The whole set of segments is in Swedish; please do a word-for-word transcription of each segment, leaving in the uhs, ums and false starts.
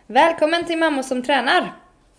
Välkommen till Mamma som tränar!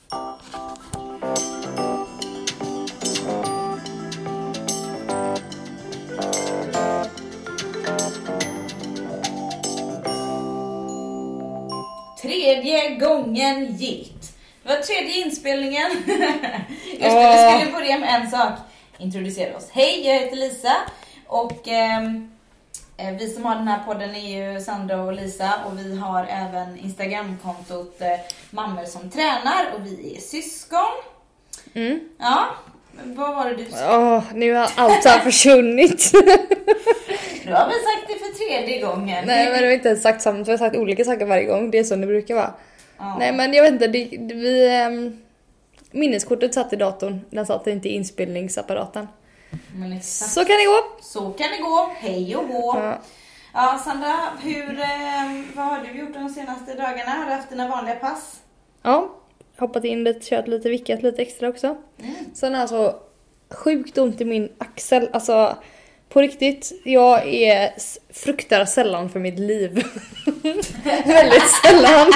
Tredje gången gilt. Det var tredje inspelningen. Just det, vi skulle börja med en sak. Introducera oss. Hej, jag heter Lisa. Och eh, vi som har den här podden är ju Sandra och Lisa. Och vi har även Instagramkontot eh, Mammor som tränar. Och vi är syskon. Mm. Ja, vad var det du sa? Åh, nu har allt har försvunnit. Du har väl sagt det för tredje gången? Nej, men det har inte ens sagt samma. Vi har sagt olika saker varje gång. Det är så det brukar vara. Ja. Nej, men jag vet inte. Det, vi, um, minneskortet satt i datorn. Den satt inte i inspelningsapparaten. Men exakt. Så kan det gå. Så kan det gå. Hej och hå. Ja. Ja, Sandra, hur, eh, vad har du gjort de senaste dagarna? Har du haft dina vanliga pass? Ja, hoppat in lite, kört lite, vickat lite extra också. Mm. Sen har jag så sjukt ont i min axel. Alltså, på riktigt, jag är fruktar sällan för mitt liv. Väldigt sällan.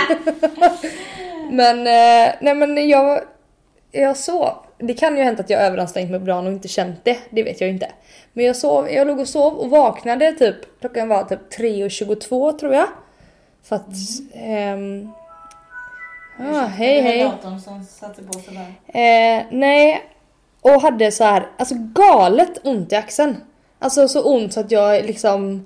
men, eh, nej men jag, jag sov. Det kan ju hända att jag överansträngt mig bra och inte känt det. Det vet jag inte. Men jag sov, jag låg och sov och vaknade typ, klockan var typ tre och tjugotvå tror jag. För att... Mm. Ehm, ah, hej hej. Datorn som satte på sig där. Eh, nej. Och hade så här, alltså galet ont i axeln. Alltså så ont så att jag liksom...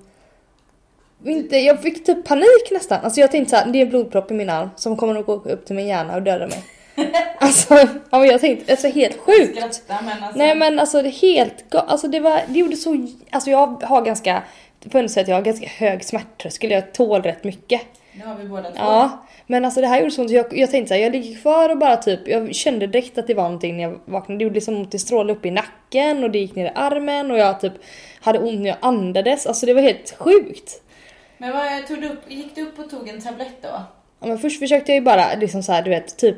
Inte, jag fick typ panik nästan. Alltså jag tänkte så här, det är en blodpropp i min arm som kommer att gå upp till min hjärna och döda mig. Alltså, ja, men jag tänkte, alltså helt sjukt. Skratta, men alltså... Nej men alltså det är helt ga- alltså det var, det gjorde så, alltså jag har ganska, på något sätt jag har ganska hög smärttröskel, jag tål rätt mycket. Nu har vi båda två. Ja, men alltså det här gjorde så ont, jag, jag tänkte så här, jag ligger kvar och bara typ, jag kände direkt att det var någonting när jag vaknade, det gjorde liksom ont i stråle upp i nacken och det gick ner i armen och jag typ hade ont när jag andades, alltså det var helt sjukt. Men vad tog du upp, gick du upp och tog en tablett då? Ja, men först försökte jag ju bara liksom så här, du vet, typ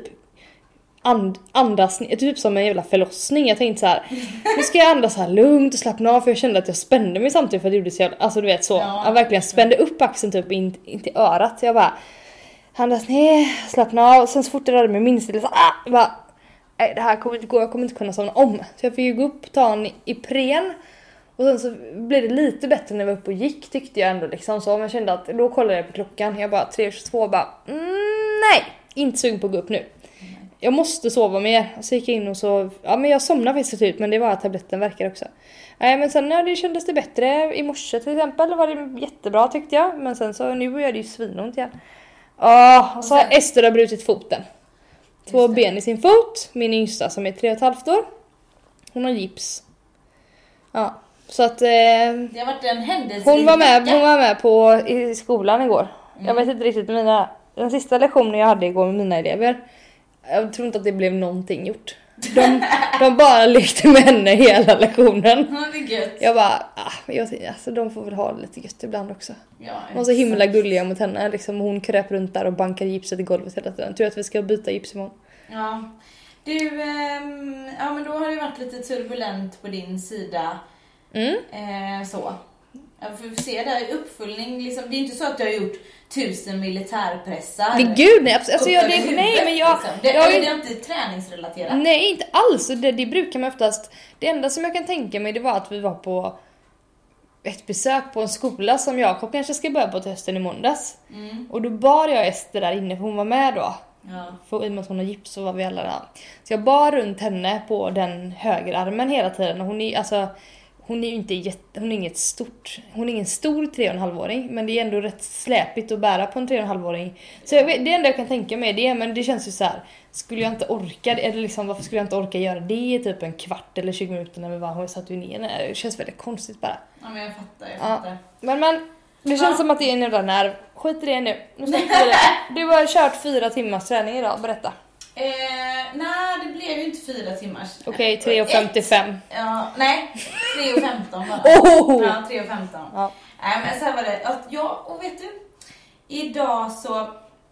And, andas, typ som en jävla förlossning. Jag tänkte så här, nu ska jag andas så här lugnt och slappna av, för jag kände att jag spände mig samtidigt för att det gjorde så jävla, alltså du vet så, ja, jag verkligen spände upp axeln typ in, in till örat. Så jag bara andas ner, slappna av, och sen så fort det rörde mig minst lite så ah, bara, nej det här kommer inte gå, jag kommer inte kunna somna om. Så jag fick ju gå upp, ta en Ipren. Och sen så blev det lite bättre när jag var uppe och gick, tyckte jag ändå liksom så. Men jag kände att, då kollade jag på klockan, jag bara tre tjugotvå bara, mm, nej, inte sugen på att gå upp nu. Jag måste sova mer. Så gick jag in och så... Ja, men jag somnade faktiskt ut. Men det var att tabletten verkar också. Nej, men sen när det kändes det bättre. I morse till exempel var det jättebra tyckte jag. Men sen så nu gör det ju svinont igen. Ja, och så har Ester har brutit foten. Två ben i sin fot. Min yngsta som är tre och ett halvt år. Hon har gips. Ja, så att... Eh, det har varit en händelse. Hon var med, hon var med på i skolan igår. Mm. Jag vet inte riktigt mina... Den sista lektionen jag hade igår med mina elever... Jag tror inte att det blev någonting gjort. De, de bara lekte med henne hela lektionen. Ja, det är gött. Jag bara, ah, jag tänkte, alltså, de får väl ha det lite gött ibland också. Ja, de var så himla gulliga mot henne. Liksom, hon kröp runt där och bankade gipset i golvet hela tiden. Jag tror att vi ska byta gips imorgon. Ja. Du, ähm, ja men då har det varit lite turbulent på din sida. Mm. Eh, så. Jag får se där uppföljning. Liksom, det är inte så att du har gjort tusen militärpressar. Det gud nej, alltså jag, det, nej men jag, liksom. det, jag, det är inte träningsrelaterat. Nej, inte alls. Det, det brukar man oftast. Det enda som jag kan tänka mig det var att vi var på ett besök på en skola som Jakob kanske ska börja på till hösten i måndags. Mm. Och då bar jag Ester där inne för hon var med då. Ja. För i och med att hon har gips så var vi alla där. Så jag bar runt henne på den högerarmen hela tiden och hon är alltså hon är ju inte jätte, hon är inget stort, hon är ingen stor tre och en halvåring, men det är ändå rätt släpigt att bära på en tre och en halvåring. Så jag vet, det enda jag kan tänka mig det, men det känns ju så här, skulle jag inte orka, eller liksom varför skulle jag inte orka göra det i typ en kvart eller tjugo minuter när vi var hon satt ju ner. Det känns väldigt konstigt bara. Ja, men jag fattar, jag fattar. Ja. Men men det känns ja. som att det är en jävla nerv. Skit i det nu. Nu släpper vi det. Du har kört fyra timmars träning idag, berätta. Eh, nej, det blev ju inte fyra timmars. Okej, okay, tre och femtiofem. Ja, nej, tre och femton var det. Oh! Ja, tre och femton. Ja. Nej, men så här var det att ja, och vet du, idag så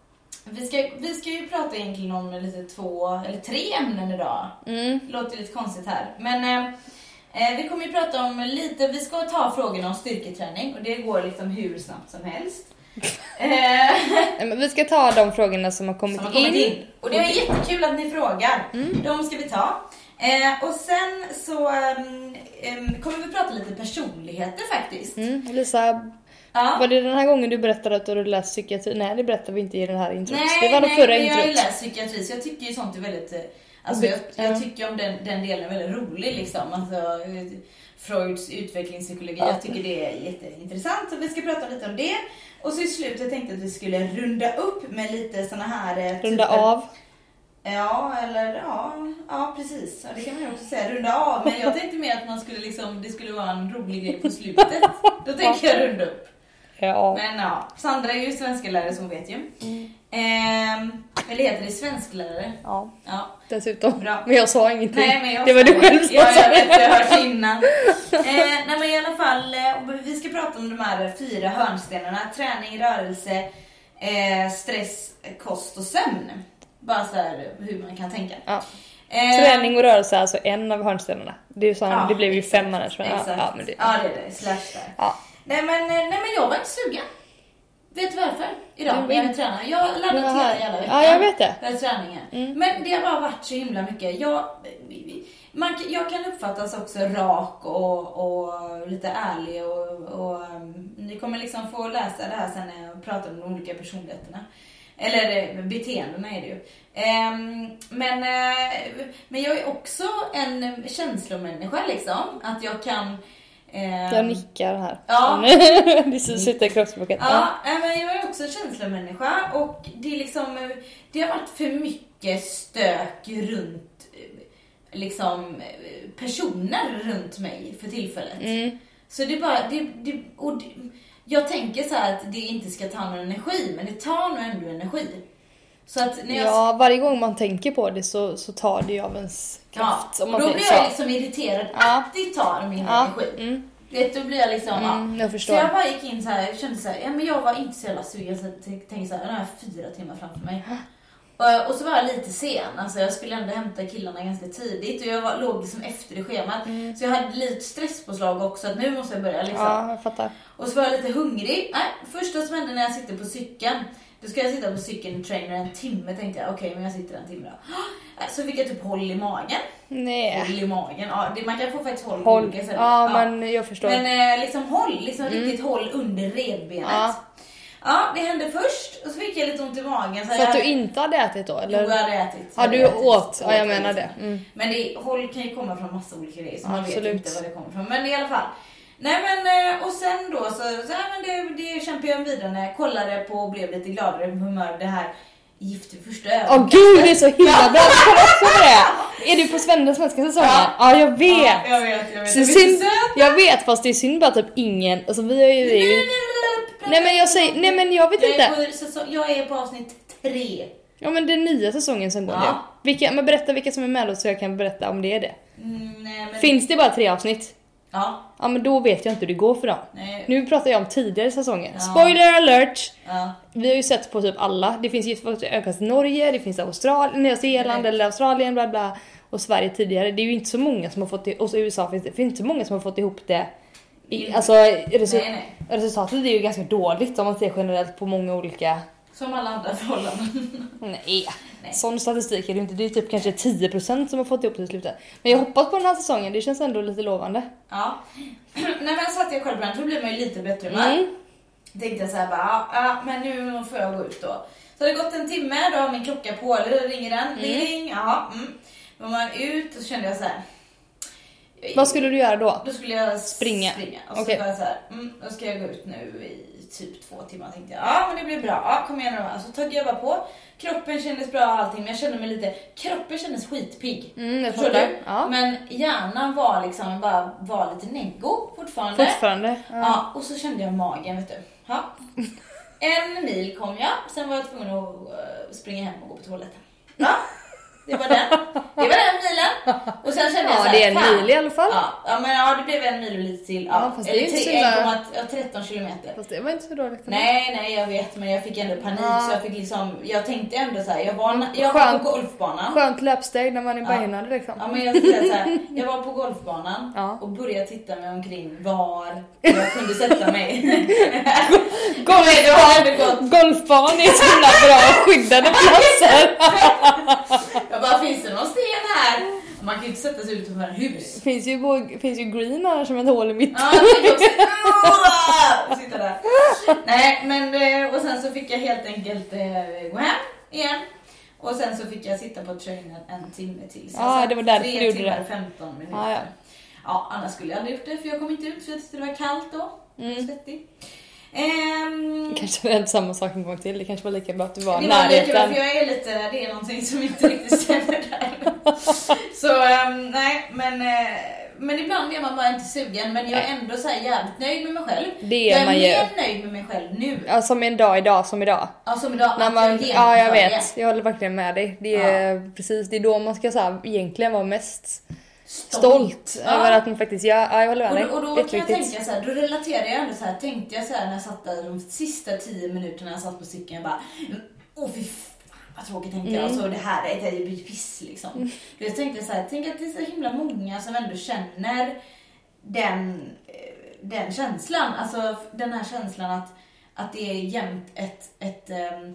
vi ska vi ska ju prata egentligen om lite två eller tre ämnen idag. Mm. Låter lite konstigt här, men eh, vi kommer ju prata om lite, vi ska ta frågorna om styrketräning och det går liksom hur snabbt som helst. Nej, men vi ska ta de frågorna som har kommit, som har kommit in. in. Och det är jättekul att ni frågar. Mm. De ska vi ta. Eh, och sen så um, kommer vi prata lite personligheter faktiskt. Mm. Lisa, ja. Var det den här gången du berättade att du hade läst psykiatri? Nej, det berättade vi inte i den här introt. Nej, det var nej, den förra men introt. jag har ju läst psykiatri så jag tycker ju sånt är väldigt... Alltså jag, jag tycker om den, den delen väldigt rolig liksom. Alltså, Freuds utvecklingspsykologi. Ja. Jag tycker det är jätteintressant och vi ska prata lite om det. Och så i slutet tänkte jag att vi skulle runda upp med lite såna här... Runda typer, av. Ja, eller ja, ja precis. Ja, det kan man ju också säga, runda av. Men jag tänkte mer att man skulle liksom, det skulle vara en rolig grej på slutet. Då tänker jag runda upp. Ja. Men ja, Sandra är ju svensklärare som vet ju. Mm. Ehm, eller heter det svensklärare? Ja, ja. Dessutom. Bra. Men jag sa ingenting. Nej, men jag det var du själv som ja, sa. Jag vet, jag har hört innan. eh, nej, men i alla fall, vi ska prata om de här fyra hörnstenarna. Träning, rörelse, eh, stress, kost och sömn. Bara så här hur man kan tänka. Ja. Eh, Träning och rörelse är alltså en av hörnstenarna. Det, är ju sån, ja, det blev ju exakt, fem annars. Men, exakt. Ja, men det, ja, det är det. Slash där. Ja. Nej, men, nej, men jag var inte sugen. Vet du varför? Idag när jag tränar. Jag har laddat hela jävla veckan. Ja, jag vet det. För träningen. Mm. Men det har bara varit så himla mycket. Jag, man, jag kan uppfattas också rak och, och lite ärlig. Och, och, um, ni kommer liksom få läsa det här sen när jag pratar om de olika personligheterna. Eller beteendena är det ju. Um, men, uh, men jag är också en känslomänniska liksom. Att jag kan... Jag nickar här. Ja. Det sitter i kroppsspråket. Ja, ja, men jag är också en känslomänniska. Och det är liksom... Det har varit för mycket stök runt... Liksom... Personer runt mig för tillfället. Mm. Så det är bara... Det, det, och det, jag tänker så här att det inte ska ta någon energi. Men det tar nog ändå energi. Så att när jag... Ja, varje gång man tänker på det så, så tar det ju av ens kraft. Ja, och då blir jag liksom irriterad ja. att det tar min ja. energi. Mm. Vet, då blir jag liksom, mm, ja. Jag förstår. Så jag bara gick in så här, jag kände så här, ja men jag var inte så jävla sugen så jag tänkte så här, den här fyra timmar framför mig. Och, och så var jag lite sen, alltså jag skulle ändå hämta killarna ganska tidigt och jag var, låg liksom efter i schemat. Mm. Så jag hade lite stresspåslag också, att nu måste jag börja liksom. Ja, jag fattar. Och så var jag lite hungrig. Nej, första som hände när jag sitter på cykeln, då ska jag sitta på cykeln och trainer en timme, tänkte jag, okej okay, men jag sitter en timme då. Så fick jag typ håll i magen. Nej. Håll i magen, ja, det, man kan få faktiskt håll, håll. på olika sätt. Ja, ja, men jag förstår. Men eh, liksom håll, liksom mm. riktigt håll under revbenet. Ja. Ja, det hände först och så fick jag lite ont i magen. Så, så jag... att du inte hade ätit då? Eller? Jo, jag hade ätit. Ja, du ätit. åt, ja jag menar det. Mm. Men det, håll kan ju komma från massa olika grejer så man absolut. vet inte vad det kommer från. Men i alla fall. Nej men, och sen då så, så ja, men det, det kämpade jag vidare när jag kollade på och blev lite gladare på humör. Det här gift i första ögat. Åh gud, det är så himla bra. Kolla också på det. Är du på Sven den svenska säsongen? Ja, ja jag vet. Ja, jag vet, jag vet. Så synd, jag vet, fast det är synd bara typ ingen. Alltså vi har ju... Nej, nej, nej, nej men jag säger, nej men jag vet jag inte. Är på, säsong, jag är på avsnitt tre. Ja men det är nya säsongen som går ja. nu. Vilka, men berätta vilka som är med då så jag kan berätta om det är det. Mm, nej, men... Finns det bara tre avsnitt? Ja. Ja men då vet jag inte hur det går för dem. Nej. Nu pratar jag om tidigare säsongen. Ja. Spoiler alert! Ja. Vi har ju sett på typ alla. Det finns ju ökat i Norge, det finns Australien, Nya Zeeland eller Australien bla bla. Och Sverige tidigare. Det är ju inte så många som har fått det. Och så U S A finns det. Det finns inte så många som har fått ihop det. I, mm. Alltså resu- nej, nej. resultatet är ju ganska dåligt om man ser generellt på många olika. Som alla andra förhållanden. Nej, nej. Sån statistik är det inte. Det är typ kanske tio procent som har fått ihop det i slutet. Men jag hoppas på den här säsongen. Det känns ändå lite lovande. Ja. När man satt jag själv så blir man ju lite bättre med. Mm. Tänkte jag så här bara, ja men nu får jag gå ut då. Så det har gått en timme, då har min klocka på, eller ringer den, mm. ring, ring, ja. Mm. Då var man ut och så kände jag så här. Vad skulle du göra då? Då skulle jag springa. springa. Och så okay. var jag så här, mm, då ska jag gå ut nu i typ två timmar. Tänkte jag, ja men det blir bra, ja kom igen nu. Så tog jag bara på. Kroppen kändes bra och allting, men jag kände mig lite, kroppen kändes skitpigg. Mm, jag förstår du? Ja. Men hjärnan var liksom, bara var lite neggo fortfarande. Fortfarande. Ja. Ja, och så kände jag magen, vet du. Ja. En mil kom jag, sen var jag tvungen att springa hem och gå på toaletten. Ja. Det var den. Det var den milen. Och sen kände jag ja, så här, det är en fan. mil i alla fall. Ja, ja, men ja, det blev en mil och lite till. Ja, Ja, fast eller det är inte tre- så himla- en komma tretton kilometer. Fast det var inte så dåligt. Nej, nej, jag vet, men jag fick ändå panik Ja. så jag fick liksom, jag tänkte ändå så här, jag var, jag var Skönt. på golfbanan. Skönt löpsteg när man är Ja. bejnad liksom. Ja, men jag, ska säga så här, jag var på golfbanan Ja. och började titta mig omkring var jag kunde sätta mig. Golfban, golfban är så himla bra skyddade platser. Jag bara, finns det någon sten här? Man kan ju inte sätta sig utanför en hus. Det finns ju, bo- finns ju green här som ett hål i mitten. Ja, jag fick också Åh! sitta där. Nej, men eh, och sen så fick jag helt enkelt eh, gå hem igen. Och sen så fick jag sitta på trainen en timme till. Så jag Ja, satt det var därför tre du gjorde timmar det. femton minuter. Ja, ja. Ja, annars skulle jag aldrig gjort det för jag kom inte ut för jag tyckte det var kallt då. Mm. Svettig. Ehm, Kanske var det samma sak en gång till. Det kanske var lika bra att du var det var lika bra närheten. för jag är lite, det är någonting som inte riktigt stämmer där. Så um, nej, men, uh, men ibland är man bara inte sugen. Men jag är ändå så här jävligt nöjd med mig själv. Det är jag är man ju. mer nöjd med mig själv nu. Ja, som en dag idag som idag. Ja, som idag När att man, jag ja, jag genomför vet. det. Jag håller verkligen med dig. Det är precis, det är då man ska så här, egentligen vara mest Stolt. stolt Ja. över att man faktiskt gör. Ja, jag håller med Och dig. då, och då kan jag Jätteviktigt. tänka så här, då relaterar jag ändå så här, tänkte jag så här när jag satt där de sista tio minuterna jag satt på cykeln, jag bara, åh fy fan vad tråkigt tänkte jag, Mm. alltså det här är det blir piss liksom. Mm. Då tänkte jag så här, tänk att det är så himla många som ändå känner den, eh, den känslan, alltså den här känslan att, att det är jämt ett, ett um,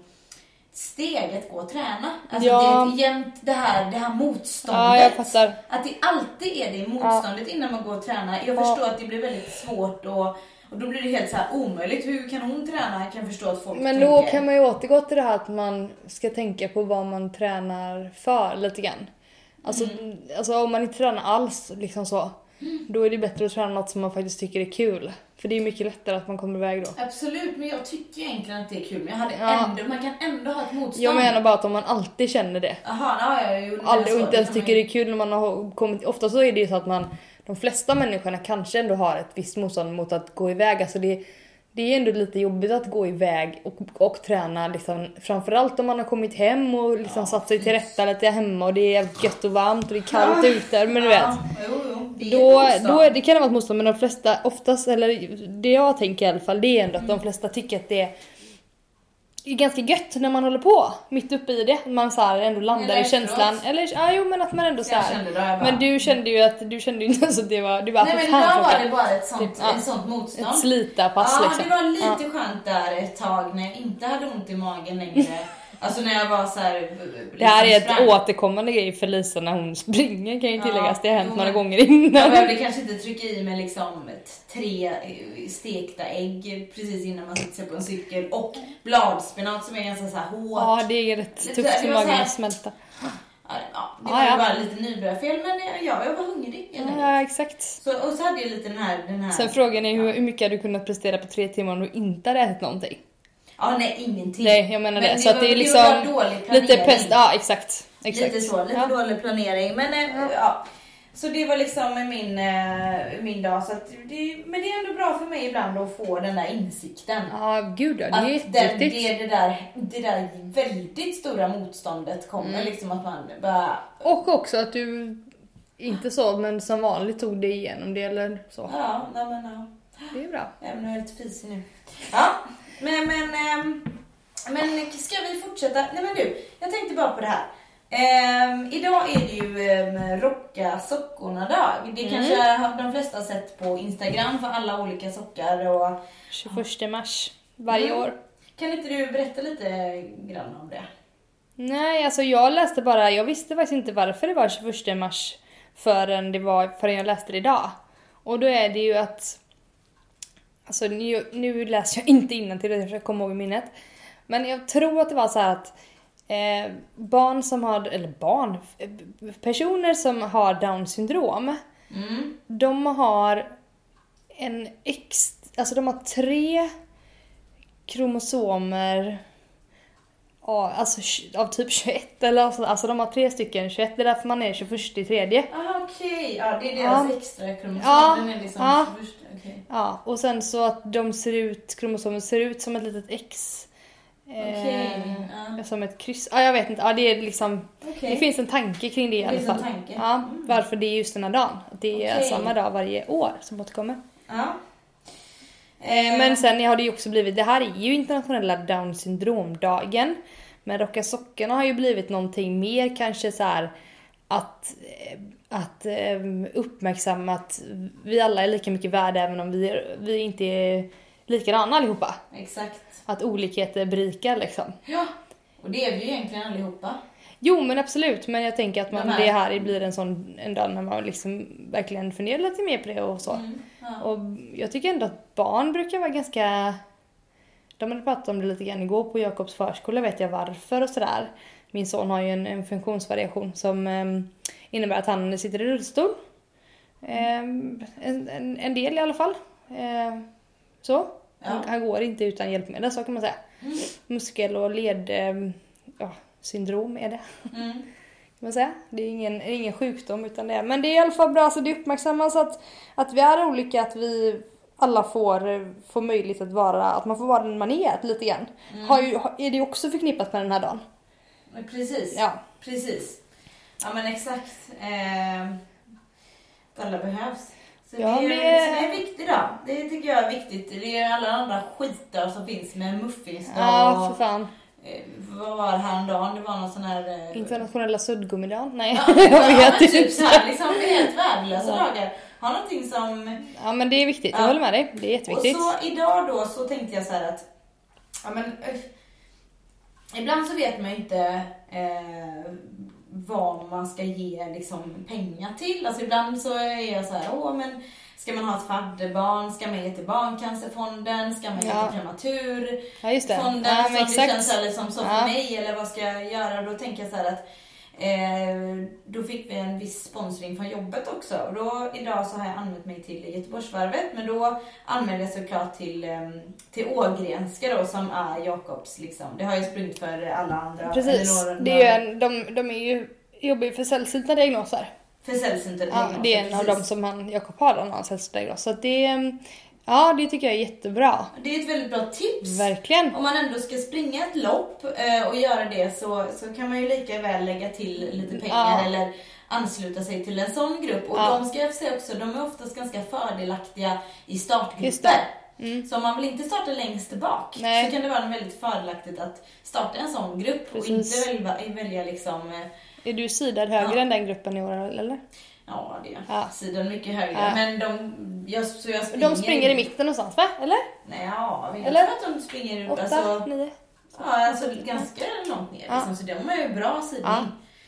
steg att gå och träna. Alltså Ja. det är ett jämt det här, det här motståndet. Ja, jag fattar. Att det alltid är det motståndet innan man går och tränar. Jag Ja. förstår att det blir väldigt svårt och, och då blir det helt så här omöjligt. Hur kan hon träna? Jag kan förstå att folk Men tänker. då kan man ju återgå till det här att man ska tänka på vad man tränar för lite grann. Alltså, Mm. alltså om man inte tränar alls liksom så, då är det bättre att träna något som man faktiskt tycker är kul. För det är mycket lättare att man kommer iväg då. Absolut, men jag tycker egentligen att det är kul. Men jag hade Ja. ändå, man kan ändå ha ett motstånd. Jag menar bara att om man alltid känner det. Aha, ja, jag gjorde Aldrig, och så. inte ens kan man tycker ju- det är kul när man har kommit. Ofta så är det ju så att man, de flesta människorna kanske ändå har ett visst motstånd mot att gå iväg. Alltså det, det är ändå lite jobbigt att gå iväg och, och träna liksom, framförallt om man har kommit hem och liksom Ja, satt sig till precis. rätta lite hemma och det är gött och varmt och det är kallt Ja. ute, men du vet. Ja, jo, jo. Det är Då, ett motstånd. då är, det kan det vara ett motstånd, men de flesta, oftast, eller det jag tänker i alla fall, det är ändå att Mm. de flesta tycker att det är är ganska gött när man håller på mitt uppe i det. Man så här ändå landar Eller i efteråt. känslan. Eller ja, jo, men att man ändå så Jag här. kände det, jag bara- Men du kände ju att du kände ju inte så att det var du bara Nej, men fan, idag var Folke. det bara ett sånt, Ja. ett sånt motstånd. Ett slitapass Ja, liksom. det var lite Ja. skönt där ett tag när jag inte hade ont i magen längre. Alltså när jag var så här. Liksom Det här är ett sprang. återkommande grej för Lisa när hon springer, kan ju Ja, tilläggas. Det har hänt jo, några men- gånger Jag innan. behövde kanske inte trycka i mig liksom ett, tre eh, stekta ägg precis innan man sitter sig på en cykel och bladspenat som är ganska så här hårt. Ja, det är rätt Lite- tufft det för var så magen här- att smälta. Ja, ja, det Ja, var ju ja. bara lite nybörjarfel men jag, jag var hungrig. Eller? hur? Ja, exakt. Så, och så hade jag lite den här... Den här Sen frågan är hur, hur mycket hade du kunnat prestera på tre timmar om du inte hade ätit någonting? Ja, nej, ingenting. Nej, jag menar Men det. det Så att var- det är det liksom var dålig planering. lite pest. Ja, exakt. exakt. Lite så, lite Ja. dålig planering. Men eh, ja. Så det var liksom min, eh, min dag. Så att det, men det är ändå bra för mig ibland att få den där insikten. Ja, gud ja, det är Att den, det, jätteviktigt. det, där, det där väldigt stora motståndet kommer. Mm. Liksom att man bara... Och också att du inte så, men som vanligt tog dig igenom det eller så. Ja, nej, men ja. Det är bra. Även om jag är lite fisig nu. Ja, men, men, ehm, men ska vi fortsätta? Nej men du, jag tänkte bara på det här. Ehm, idag är det ju um, Rocka sockorna-dag. Det Mm. kanske har de flesta sett på Instagram för alla olika sockar. Och... tjugoförsta mars varje Mm. år. Kan inte du berätta lite grann om det? Nej, alltså jag läste bara, jag visste faktiskt inte varför det var tjugoförsta mars förrän, det var, förrän jag läste det idag. Och då är det ju att, alltså nu, nu läser jag inte innantill det för jag kommer ihåg i minnet. Men jag tror att det var så här att eh, barn som har, eller barn, personer som har Down syndrom, Mm. de har en ex, alltså de har tre kromosomer, ja, alltså tj- av typ tjugoett eller alltså, alltså de har tre stycken tjugoett, det är därför man är tjugoförsta i tredje. Ah, okej. Ja, det är deras Ja. extra kromosom. Ja. Den är liksom Ja. första. Okej. Ja, och sen så att de ser ut, kromosomen ser ut som ett litet X. Okej, Eh, ja. Som ett kryss. Ja, jag vet inte. Ja, det är liksom... Okej. Det finns en tanke kring det i Det alla finns en fall. tanke. Ja, Mm. varför det är just den här dagen. Att det är Okej. samma dag varje år som återkommer. Ja. Eh, men sen har det ju också blivit... Det här är ju internationella Down syndromdagen. Men Rocka sockorna har ju blivit någonting mer kanske så här att... Att eh, uppmärksamma att vi alla är lika mycket värda även om vi, vi inte är likadana allihopa. Exakt. Att olikheter berikar liksom. Ja, och det är vi ju egentligen allihopa. Jo, men absolut. Men jag tänker att man, De här- det här blir en sån en dag när man liksom verkligen funderar lite mer på det och så. Mm, ja. Och jag tycker ändå att barn brukar vara ganska... De hade pratat om det lite grann igår på Jakobs förskola, vet jag varför och sådär. Min son har ju en, en funktionsvariation som eh, innebär att han sitter i rullstol. Eh, en, en, en del i alla fall. Eh, så. Ja. Han, han går inte utan hjälpmedel, så kan man säga. Mm. Muskel- och led... Eh, ja, syndrom är det. Mm. Kan man säga. Det är ingen, det är ingen sjukdom utan det är. Men det är i alla fall bra så det uppmärksammas att, att vi är olika, att vi alla får, får möjlighet att vara, att man får vara den man är lite grann. Mm. Har ju, är det också förknippat med den här dagen? Men precis. Ja. Precis. Ja men exakt. Eh, alla behövs. Så Ja, det, är, det- det är en viktig dag. Det tycker jag är viktigt. Det är alla andra skitdagar som finns med muffinsdag Ja, och för fan. eh, vad var det häromdagen? Det var någon sån här... Eh, Internationella suddgummidagen? Nej, ja, jag ja, vet men typ inte. så här, liksom helt värdelösa Ja. dagar. Har någonting som... Ja, men det är viktigt. Jag Ja. håller med dig. Det är jätteviktigt. Och så idag då så tänkte jag så här att ja men eh, ibland så vet man ju inte eh, vad man ska ge liksom pengar till. Alltså ibland så är jag så här, åh men ska man ha ett fadderbarn, ska man ge till Barncancerfonden, ska man ge Ja. till prematurfonden, Ja, just det. Ja, men som det exakt. känns eller som så för Ja. mig, eller vad ska jag göra? Då tänker jag så här att Eh, då fick vi en viss sponsring från jobbet också. Och då, idag så har jag anmält mig till Göteborgsvarvet. Men då anmälde jag såklart till, eh, till Ågrenska då, som är Jakobs liksom. Det har jag sprungit för alla andra. Precis. eller några- Det är ju en, de, de är ju jobbar ju för sällsynta diagnoser. För sällsynta Ja, diagnoser, det är en av precis. dem som han, Jakob har, han har sällsynta diagnos. Så att det är, ja, det tycker jag är jättebra. Det är ett väldigt bra tips. Verkligen. Om man ändå ska springa ett lopp eh, och göra det så, så kan man ju lika väl lägga till lite pengar Ja. eller ansluta sig till en sån grupp. Och Ja. de ska jag säga också, de är oftast ganska fördelaktiga i Just startgrupper. det. Mm. Så om man vill inte starta längst bak Nej. så kan det vara väldigt fördelaktigt att starta en sån grupp. Precis. Och inte välja, välja liksom, eh, Är du sidad högre Ja. än den gruppen i år, eller? ja det är Ja. sidan mycket högre. Ja. Men de, jag, så jag springer, De springer i mitten någonstans, va? Eller? Nej, ja, jag Eller? tror att de springer upp Åtta, alltså, nio? ja, alltså ganska långt ner. Ja. Liksom, så de har ju bra sidning. Ja.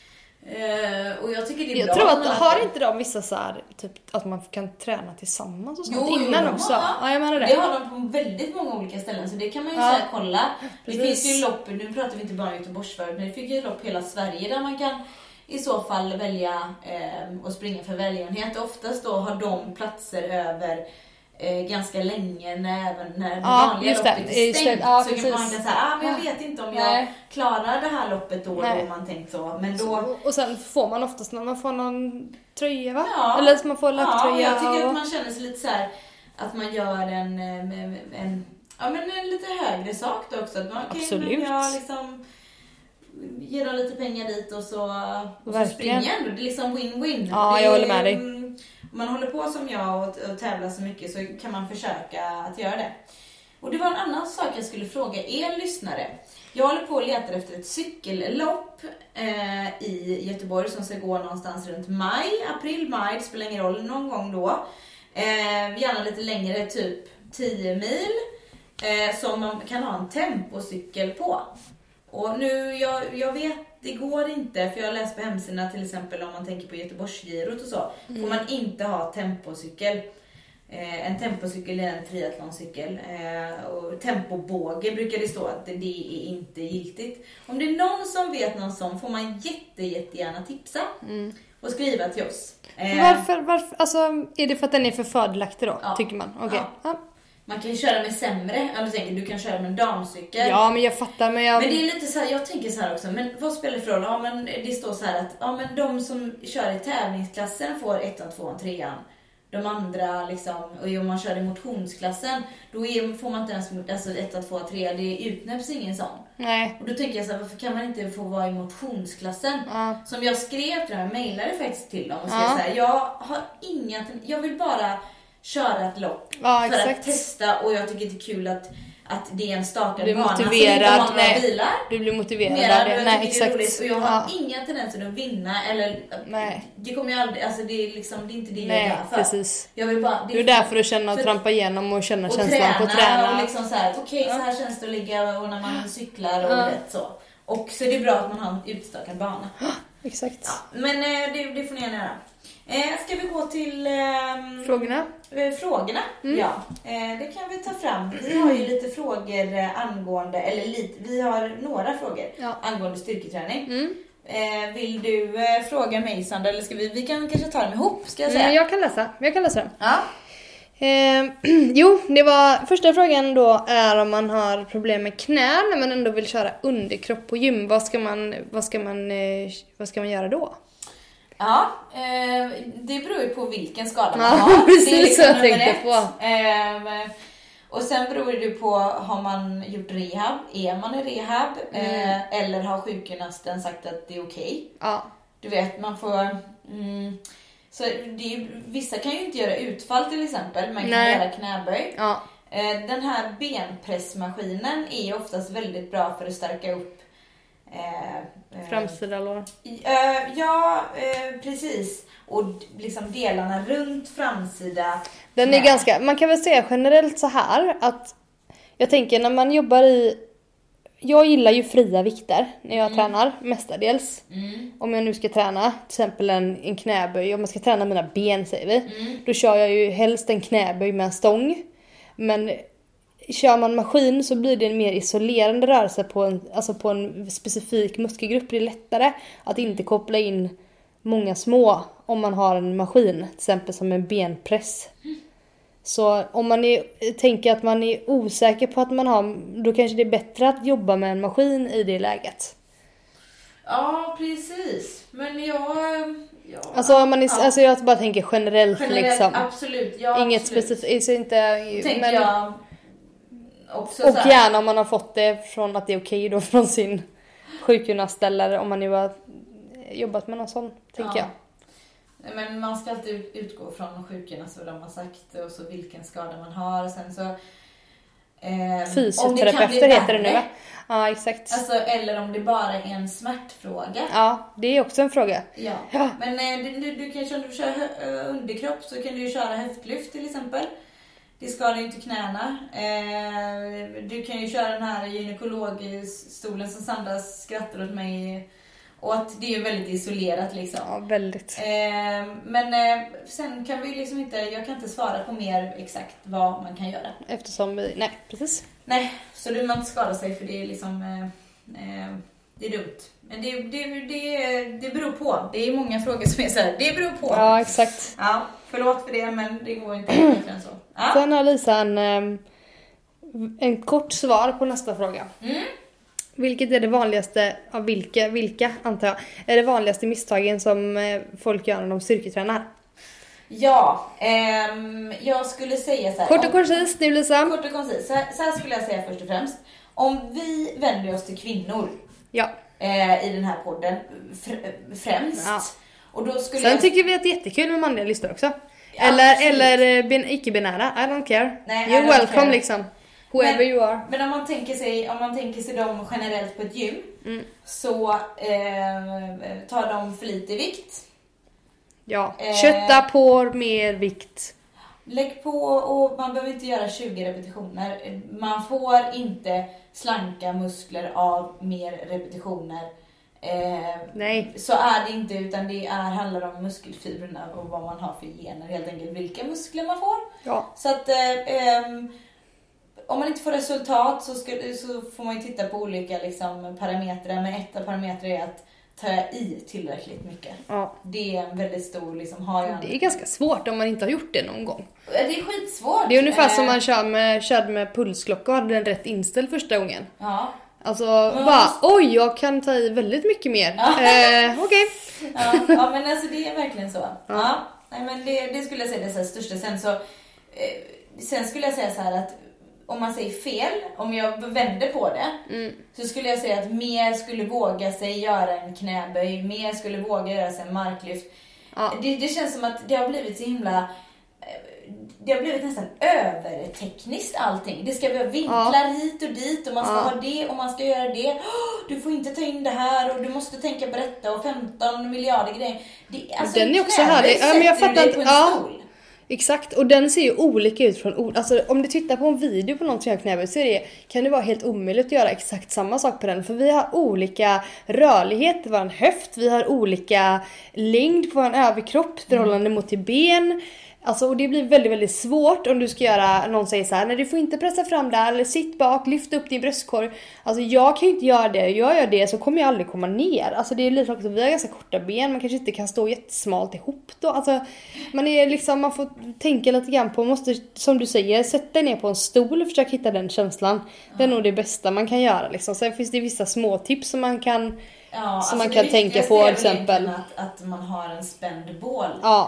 Eh, och jag tycker det är Jag bra. tror att, men har inte de vissa så här, typ att man kan träna tillsammans och sånt Jo, jo, innan de också? har- Ja, jag menar det. Det har de på väldigt många olika ställen, så det kan man ju Ja. säga kolla. Det Precis. finns ju lopp, nu pratar vi inte bara om Göteborgsvarvet, men det finns ju lopp hela Sverige där man kan i så fall välja eh, att springa för välgörenhet. Oftast då har de platser över eh, ganska länge när, även när det Ja, vanliga just det. loppet är Just det. stängt. Ja, så kan precis. man kan säga, ah, men jag Ja. vet inte om Nej. jag klarar det här loppet då, Nej. då man tänkt så. Men då... Så, och sen får man oftast när man får någon tröja, va? Ja. Eller så man får Ja, löptröja. jag tycker och... att man känner sig lite så här att man gör en, en, en, ja, men en lite högre sak då också. Att man, okej, Absolut. men jag liksom ger dem lite pengar dit och så, och så Verkligen. springer jag ändå. Det är liksom win-win. Ja, Det jag är- håller med dig. mm, Om man håller på som jag och, och tävlar så mycket så kan man försöka att göra det. Och det var en annan sak jag skulle fråga er lyssnare. Jag håller på och letar efter ett cykellopp eh, i Göteborg som ska gå någonstans runt maj, april, maj, det spelar ingen roll, någon gång då. Eh, gärna lite längre, typ tio mil, eh, som man kan ha en tempocykel på. Och nu, jag, jag vet, det går inte, för jag har läst på hemsidan till exempel om man tänker på Göteborgsgirot och så, Mm. får man inte ha tempocykel. Eh, en tempocykel är en triathloncykel. Eh, och tempobåge brukar det stå att det, det är inte giltigt. Om det är någon som vet någon sån får man jätte, jättegärna tipsa Mm. och skriva till oss. Eh, Varför, varför, alltså är det för att den är för fördelaktig då, Ja. tycker man? Okej. Ja. Ja. Man kan ju köra med sämre, alltså, du tänker, du kan köra med en damcykel. Ja, men jag fattar, men jag... Men det är lite så här, jag tänker så här också, men vad spelar det för roll? Ja, men det står så här att ja, men de som kör i tävlingsklassen får ettan, tvåan, trean. De andra liksom, och om man kör i motionsklassen, då är, får man inte ens alltså ettan, tvåan, trean, det utnämns ingen sån. Nej. Och då tänker jag så här, varför kan man inte få vara i motionsklassen? Ja. Som jag skrev till dem, jag mejlade faktiskt till dem och skrev Ja. så här, jag har inga, jag vill bara köra ett lopp Ja, för exakt. att testa, och jag tycker det är kul att, att det är en startad Du är bana som inte motiverad, har några nej. bilar. Du blir motiverad Mera, av det. jag Nej, tycker det är exakt. roligt, och jag har Ja. inga tendenser att vinna eller Nej. det kommer jag aldrig, alltså det är liksom, det är inte det jag Nej, är där för. precis. Jag vill bara, Du är där för att känna och för- trampa igenom och känna och känslan träna, på att träna. och liksom så här, okej, Ja. så här känns det att ligga och när man cyklar och Ja. rätt så. Och så är det bra att man har en utstakad bana. Exakt. Ja, men eh, det, det får ni gärna göra. Eh, ska vi gå till ehm, Frågorna? eh, frågorna? Mm. Ja, eh, det kan vi ta fram. Vi har ju lite frågor eh, angående, eller lite, vi har några frågor Ja. angående styrketräning. Mm. Eh, vill du eh, fråga mig, Sandra, eller ska vi, vi kan kanske ta dem ihop, ska jag säga? Mm, jag kan läsa. Jag kan läsa dem. Ja. Eh, jo, det var första frågan då är om man har problem med knän men ändå vill köra underkropp på gym. Vad ska man, vad ska man, eh, vad ska man göra då? Ja, eh, det beror ju på vilken skada man Ja, har. precis det är liksom så jag nummer tänkte ett. på. Eh, och sen beror det på, har man gjort rehab? Är man i rehab? Mm. Eh, eller har sjukgymnasten sagt att det är okej? Ja, Du vet, man får... Mm, så det är, ju- vissa kan ju inte göra utfall till exempel, man kan Nej. göra knäböj. ja, Eh, den här benpressmaskinen är ju oftast väldigt bra för att stärka upp eh, eh, framsida lår. Eh, ja, eh, precis. Och d- liksom delarna runt framsida. Den är knä. ganska, man kan väl säga generellt så här att jag tänker när man jobbar i, jag gillar ju fria vikter när jag tränar mestadels. Mm. Om jag nu ska träna till exempel en, en knäböj, om jag ska träna mina ben säger vi, Mm. då kör jag ju helst en knäböj med en stång. Men kör man maskin så blir det en mer isolerande rörelse på en, alltså på en specifik muskelgrupp. Det är lättare att inte koppla in många små om man har en maskin, till exempel som en benpress. Så om man är, tänker att man är osäker på att man har, då kanske det är bättre att jobba med en maskin i det läget. Ja, precis. Men jag... Ja, Alltså, om man är, ja. alltså jag bara tänker generellt, Generellt, liksom. absolut. Ja, Inget absolut. specifikt, inte... Tänker men, jag också och så här. gärna om man har fått det från att det är okej då från sin sjukgymnast eller om man nu har jobbat med någon sån, tänker jag. Men man ska alltid ut- utgå från sjukgymnast vad de har sagt och så vilken skada man har. Och sen så... Eh, Fysioterapeuter heter det nu, va? Ja, exakt. Alltså, eller om det bara är en smärtfråga. Ja, det är också en fråga. Ja. Ja. Men eh, du, du, du kanske om du kör hö- eh, underkropp så kan du ju köra höftlyft till exempel. Det skadar ju inte knäna. Eh, du kan ju köra den här gynekologstolen som Sandra skrattar åt mig. Och att det är väldigt isolerat liksom. Ja, väldigt. Eh, men eh, sen kan vi liksom inte, jag kan inte svara på mer exakt vad man kan göra. Eftersom vi, nej, precis. Nej, så du man inte skada sig för det är liksom, eh, eh, det är dumt. Men det, det, det, det beror på. Det är många frågor som är så här, det beror på. Ja, exakt. Ja, förlåt för det men det går inte egentligen så. Ja. Sen har Lisa en, em, en kort svar på nästa fråga. Mm. Vilket är det vanligaste, av vilka, vilka antar jag, är det vanligaste misstagen som eh, folk gör när de styrketränar? Ja, ehm, jag skulle säga så här. Kort och om- koncist nu Lisa. Kort och koncist. Så här, så här skulle jag säga först och främst. Om vi vänder oss till kvinnor Ja. eh, i den här podden fr- främst. Ja. Och då skulle Sen jag... tycker vi att det är jättekul med manliga listor också. Ja, eller absolut. eller eh, ben, icke-binära, I don't care. Nej, I You're don't welcome care. liksom. Whoever Men- you are. Men om man tänker sig, om man tänker sig dem generellt på ett gym Mm. så eh, tar de för lite vikt. Ja, Eh. kötta på mer vikt. Lägg på och man behöver inte göra tjugo repetitioner. Man får inte slanka muskler av mer repetitioner. Eh, Nej. Så är det inte, utan det är, handlar om muskelfibrerna och vad man har för gener, helt enkelt vilka muskler man får. Ja. Så att eh, ehm, om man inte får resultat så, ska, så får man ju titta på olika liksom, parametrar. Men ett av parametrar är att ta i tillräckligt mycket. Ja. Det är en väldigt stor, liksom, har jag en... Det är ganska svårt om man inte har gjort det någon gång. Det är skitsvårt. Det är ungefär som Eh, man kör med, körde med pulsklocka och hade den rätt inställd första gången. Ja. Alltså Men- bara, oj jag kan ta i väldigt mycket mer. Ja. Eh, Okej. Ja, ja, men alltså det är verkligen så. Ja. Nej, men det, det skulle jag säga det så här största. Sen så, eh, sen skulle jag säga så här att om man säger fel, om jag vänder på det, mm. så skulle jag säga att mer skulle våga sig göra en knäböj, mer skulle våga göra sig en marklyft. Ja. Det, det känns som att det har blivit så himla, det har blivit nästan övertekniskt allting. Det ska vara vinklar ja. hit och dit och man ska ja. ha det och man ska göra det. Oh, du får inte ta in det här och du måste tänka på detta och femton miljarder grejer. Det, alltså, den är också härlig. Ja, men jag fattar inte. Ja. Exakt, och den ser ju olika ut från ord. Alltså om du tittar på en video på någon som gör knäböj så är det, kan det vara helt omöjligt att göra exakt samma sak på den. För vi har olika rörlighet på vår höft, vi har olika längd på vår överkropp förhållande mot till ben. Alltså, och det blir väldigt, väldigt svårt om du ska göra, någon säger så här, nej du får inte pressa fram där eller sitt bak, lyft upp din bröstkorg. Alltså jag kan ju inte göra det, jag gör det så kommer jag aldrig komma ner. Alltså det är lite också, vi har ganska korta ben, man kanske inte kan stå jättesmalt ihop då. Alltså man är liksom, man får tänka lite grann på, måste som du säger, sätta dig ner på en stol och försöka hitta den känslan. Ja. Det är nog det bästa man kan göra liksom. Sen finns det vissa små tips som man kan, ja, som alltså man kan tänka på till exempel. Att, att man har en spänd bål. Ja.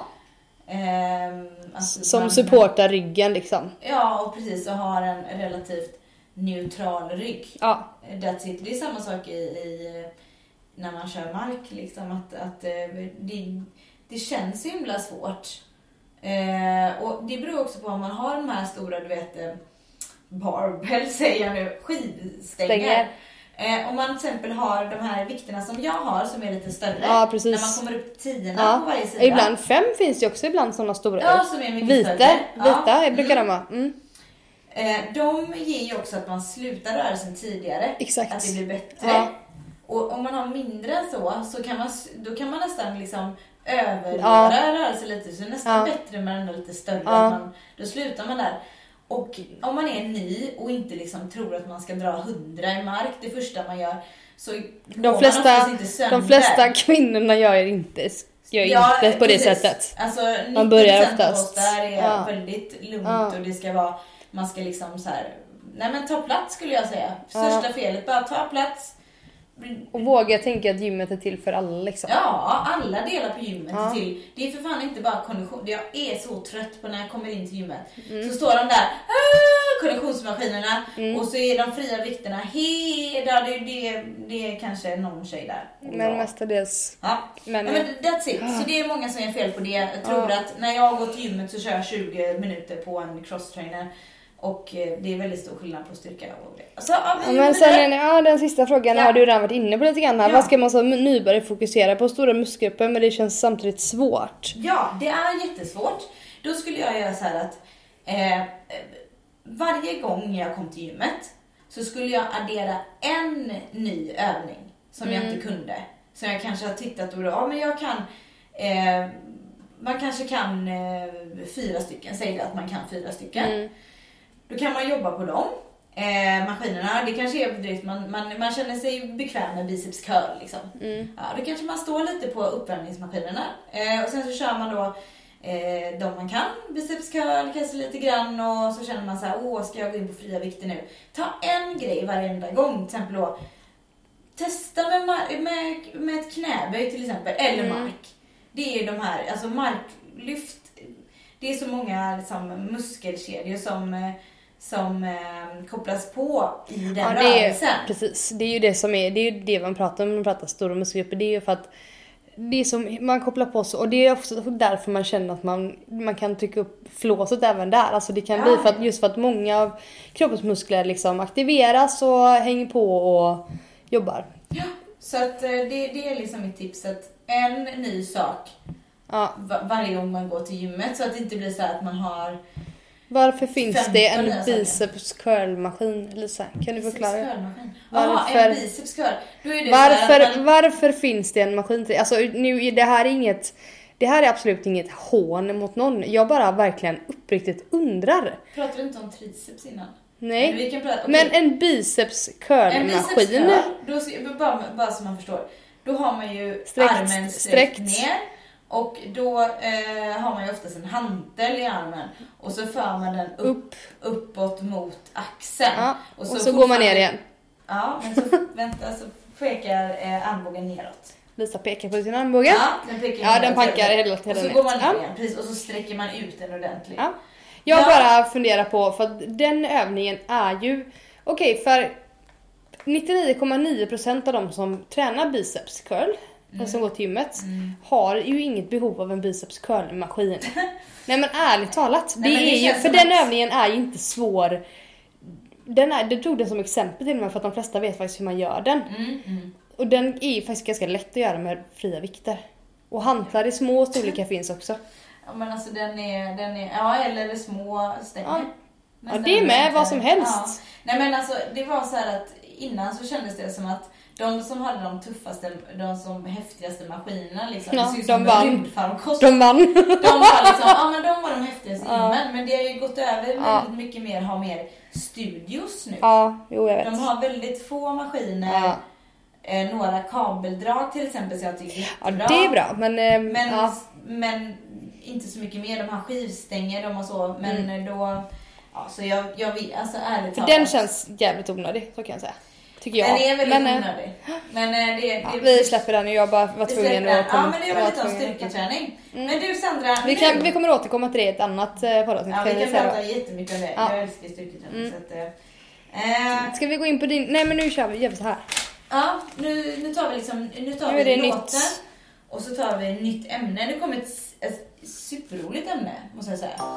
Um, alltså som man, supportar ryggen liksom. Ja, och precis, och har en relativt neutral rygg. Ja. That's it. Det är samma sak i, i när man kör mark liksom, att, att det, det känns så himla svårt. Uh, och det beror också på om man har de här stora, du vet, barbell säger jag nu, skivstänger. Eh, om man till exempel har de här vikterna som jag har som är lite större. Ja, precis. När man kommer upp tiorna ja. på varje sida. Ibland fem finns det också, ibland sådana stora. Ja, som är mycket vita, större. Vita, ja. jag brukar mm. de ha. Mm. Eh, de ger ju också att man slutar rörelsen tidigare. Exakt. Att det blir bättre. Ja. Och om man har mindre än så, så kan man, då kan man nästan liksom övergöra ja. rörelsen lite. Så det är nästan ja. bättre med den lite större. Ja. Man, då slutar man där. Och om man är ny och inte liksom tror att man ska dra hundra i mark det första man gör, så de flesta, inte de flesta kvinnorna gör inte, gör ja, inte på precis. det sättet. Alltså, man börjar oftast. Där är ja. väldigt lugnt ja. och det ska vara, man ska liksom så här, nej men ta plats skulle jag säga. Största ja. felet, bara ta plats. Och våga tänka att gymmet är till för alla liksom. Ja, alla delar på gymmet ja. är till. Det är för fan inte bara kondition. Jag är så trött på när jag kommer in till gymmet. Mm. Så står de där ah, konditionsmaskinerna mm. och så är de fria vikterna hela, det, det, det är kanske någon tjej där. Men mestadels. Ja, men, ja, men that's it. Så det är många som är fel på det. Jag tror ja. att när jag går till gymmet så kör jag tjugo minuter på en crosstrainer. Och det är väldigt stor skillnad på styrka och det. Alltså, ja, ja, men sen ja, den sista frågan ja. har du redan varit inne på lite grann här. Ja. Vad ska man som nybörjare fokusera på? Stora muskelgrupper, men det känns samtidigt svårt. Ja, det är jättesvårt. Då skulle jag göra så här att eh, varje gång jag kom till gymmet så skulle jag addera en ny övning som mm. jag inte kunde. Som jag kanske har tittat och ja, men jag kan... Eh, man kanske kan eh, fyra stycken. Säg att man kan fyra stycken. Mm. Då kan man jobba på dem. Eh, maskinerna, det kanske är direkt, man, man, man känner sig bekväm med biceps curl liksom. Mm. Ja, då kanske man står lite på uppvärmningsmaskinerna. Eh, och sen så kör man då eh, de man kan. Biceps curl, kanske lite grann. Och så känner man så här, åh ska jag gå in på fria vikter nu? Ta en grej varenda gång. Till exempel då, testa med, med, med ett knäböj till exempel. Eller mm. mark. Det är de här, alltså marklyft. Det är så många liksom, muskelkedjor som, som eh, kopplas på i den ja, rörelsen. Är, precis, det är ju det som är, det är ju det man pratar om när man pratar stora muskelgrupper. Det är ju för att det är som man kopplar på så, och det är också därför man känner att man, man kan trycka upp flåset även där. Alltså det kan ja. bli för att, just för att många av kroppens muskler liksom aktiveras och hänger på och jobbar. Ja, så att det, det är liksom mitt tips att en ny sak ja. var, varje gång man går till gymmet så att det inte blir så att man har. Varför finns det en biceps curl-maskin, Lisa? Kan du förklara? Varför? Ja, en biceps curl. Då är det varför, man... varför finns det en maskin till? Alltså nu det här är inget, det här är absolut inget hån mot någon. Jag bara verkligen uppriktigt undrar. Pratar du inte om triceps innan? Nej. Men, vi kan prata, okay. Men en biceps curl-maskin. En biceps curl, då, bara, bara så man förstår. Då har man ju sträckt, armen sträckt ner. Och då eh, har man ju oftast en hantel i armen. Och så för man den upp, upp. uppåt mot axeln. Ja, och så, och så går man ner igen. Ja, men så vänta, så pekar eh, armbågen neråt. Lisa pekar på sin armbåge. Ja, den pekar ja, den packar hela tiden. Och så går man ner ja. igen, precis, och så sträcker man ut den ordentligt. Ja. Jag Ja. bara funderar på, för att den övningen är ju... Okej, okay, för nittionio komma nio procent av de som tränar biceps curl, mm. som går till gymmet, mm. har ju inget behov av en biceps curl-maskin. Nej, men ärligt talat. Det Nej, det är ju, för den att... övningen är ju inte svår... Den är, det tog den som exempel till mig för att de flesta vet faktiskt hur man gör den. Mm, mm. Och den är ju faktiskt ganska lätt att göra med fria vikter. Och hantlar i små storlekar finns också. Ja, men alltså den är, den är ja, eller små stänger. Ja, ja det är med vad som helst. Ja. Nej, men alltså det var så här att innan så kändes det som att de som hade de tuffaste, de som häftigaste maskinerna liksom, ja, det de vann. De vann. De var liksom, ja men de var de häftigaste ja. Men, men det har ju gått över väldigt ja. mycket mer, har mer studios nu. Ja, jo jag vet. De har väldigt få maskiner. Ja. Eh, några kabeldrag till exempel, så jag tycker ja, det är bra, men eh, men, ja. men inte så mycket mer. De har skivstänger, de har så, men mm. då ja, så jag jag vill alltså ärligt talat. Den känns jävligt onödig, så kan jag säga. Tycker jag. Den är väldigt men, onödig. Men eh, det, ja, det vi släpper den och jag bara var tvungen att komma. Ja, men det är lite av styrketräning. Mm. Men du Sandra, vi kan vi kommer återkomma till det i ett annat poddavsnitt. Ja, vi kan prata jättemycket om det. Ja. Jag älskar styrketräning mm. så att eh, ska vi gå in på din... Nej, men nu kör vi, gör vi så här. Ja, nu, nu tar vi liksom, nu tar nu vi låten nytt. Och så tar vi ett nytt ämne. Nu kommer ett, ett superroligt ämne, måste jag säga.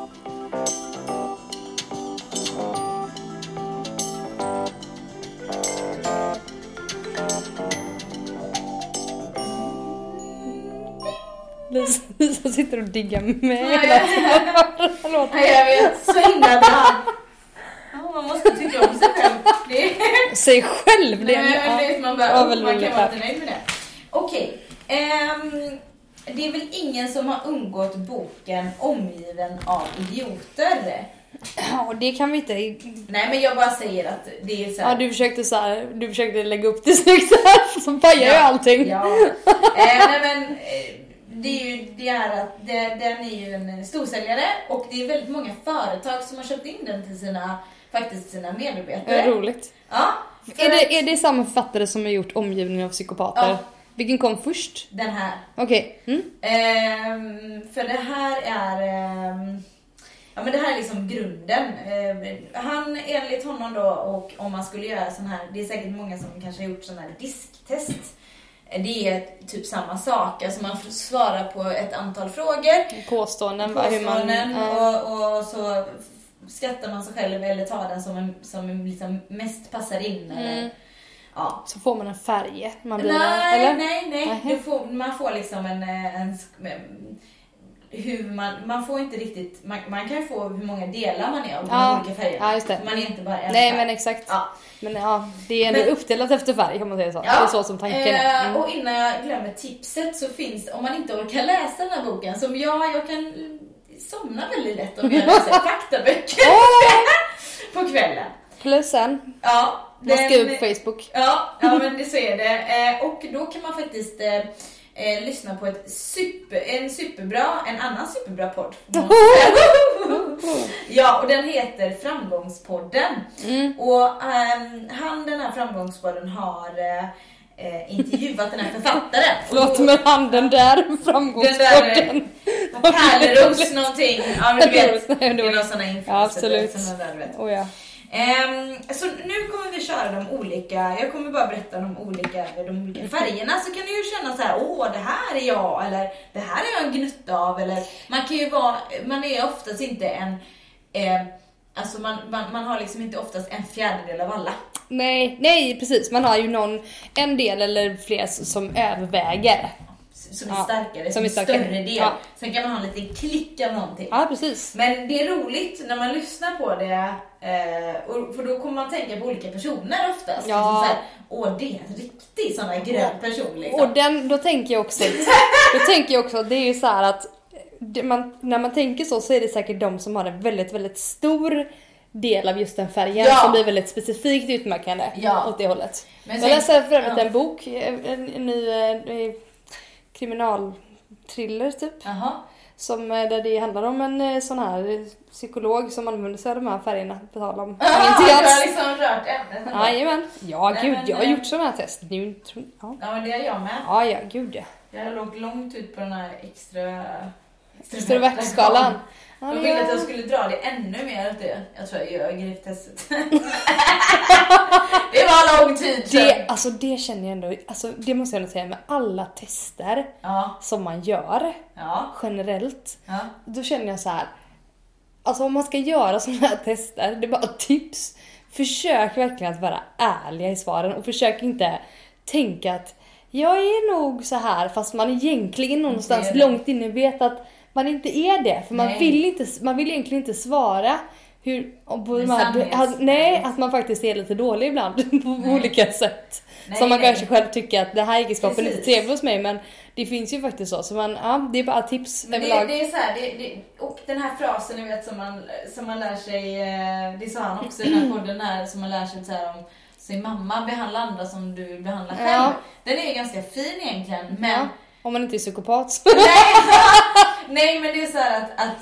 Lisa, Lisa sitter och diggar med ja, hela tiden. Ja, jag vet, så himla bra. Ja, man måste tycka om sig själv. Det sig själv? Det, nej, ja. det man, bara, ja, man kan vara inte nöjd med det. Okej. Um, det är väl ingen som har undgått boken Omgiven av idioter? Ja, det kan vi inte. Nej, men jag bara säger att det är så här. Ja, du försökte så här, du försökte lägga upp det snyggt här, som pajar ja, ju allting. Ja. eh, nej, men eh, det är ju det är att det, den är ju en storsäljare och det är väldigt många företag som har köpt in den till sina faktiskt sina medarbetare. Ja, roligt. Ja. Är det, är det samma författare som har gjort Omgivningen av psykopater? Ja. Vilken kom först? Den här. Okej. Okay. Mm. Ehm, för det här är ehm, ja, men det här är liksom grunden. Ehm, han enligt honom då, och om man skulle göra sån här, det är säkert många som kanske har gjort sån här disktest. Det är typ samma sak, alltså man svarar på ett antal frågor. Påståenden, Påståenden hur man, uh. och, och så skattar man sig själv eller tar den som, en, som liksom mest passar in. Mm. Eller, ja. Så får man en färg. Man blir, nej, eller? nej, nej. Du får, man får liksom en... en, en hur man, man får inte riktigt... Man, man kan få hur många delar man är av ja. de olika färgerna. Ja, just det. Man är inte bara en nej, färg. Men exakt. Ja. Men ja, det är ändå men, uppdelat efter färg kan man säga så. Ja. Det är så som tanken är. Mm. Och innan jag glömmer tipset så finns... Om man inte orkar läsa den här boken, som jag, jag kan... somna väldigt lätt om jag läser faktaböcker oh! på kvällen. Plus en. Ja. Man skriver på Facebook. Ja, ja, men det så är det. Eh, och då kan man faktiskt eh, eh, lyssna på ett super, en superbra, en annan superbra podd. Ja, och den heter Framgångspodden. Mm. Och eh, han, den här Framgångspodden har... Eh, Eh, intervjuat den här författaren. Förlåt, men han den där framgångspodden. Den där Pärleros någonting. Ja, men du vet. Nej, det är någon sån här influencer. Ja, absolut. Där, du vet. Oh, ja. Um, så nu kommer vi köra de olika. Jag kommer bara berätta de olika, de olika färgerna. Så kan du ju känna så här: åh, det här är jag. Eller det här är jag en gnutta av. Eller man kan ju vara, man är oftast inte en eh, alltså man, man, man har liksom inte oftast en fjärdedel av alla. Nej, nej precis. Man har ju någon, en del eller fler som överväger. Som är ja, starkare, som är större del. Ja. Sen kan man ha en liten klick av någonting. Ja, precis. Men det är roligt när man lyssnar på det. Eh, och, för då kommer man tänka på olika personer oftast. Ja. Liksom så här, åh, det är en riktig sån här grön person. Liksom. Och den, då tänker jag också, då tänker jag också, det är ju så här att det, man, när man tänker så så är det säkert de som har en väldigt, väldigt stor del av just den färgen ja. Som blir väldigt specifikt utmärkande ja. Åt det hållet. Men sen, jag läser för övrigt ja. En bok, en, en ny en, kriminalthriller typ. Aha. Som, där det handlar om en sån här psykolog som använder sig av de här färgerna på tal om ingenting alls. Du har liksom rört ämnet. Jajamän. Ja, nej, gud, men, jag har gjort sådana här test. Nu, ja. ja, men det är jag med. Ja, ja, gud ja. Jag har lågt långt ut på den här extra Extrovertskalan. Jag ville att jag skulle dra det ännu mer åt det. Jag tror jag gör grifttestet. Det var lång tid sedan. Det, alltså det känner jag ändå, alltså det måste jag ändå säga med alla tester ja. som man gör ja. generellt. Ja. Då känner jag så här. Alltså om man ska göra sådana här tester, det är bara tips. Försök verkligen att vara ärliga i svaren och försök inte tänka att jag är nog så här fast man egentligen någonstans långt inne vet att man inte är det. För man vill, inte, man vill egentligen inte svara hur, på de här, att, nej, att man faktiskt är lite dålig ibland på nej. olika sätt. Nej, som man nej. kanske själv tycker att det här egenskapen är lite trevlig hos mig. Men det finns ju faktiskt så. Så man, ja, det är bara tips. Men det, det är så här, det, det, och den här frasen ni vet som man, som man lär sig, det sa han också i den här podden här, som man lär sig så här om sin mamma, behandla andra som du behandlar själv. Ja. Den är ju ganska fin egentligen, men ja. Om man inte är psykopat. Nej, nej, men det är så här att, att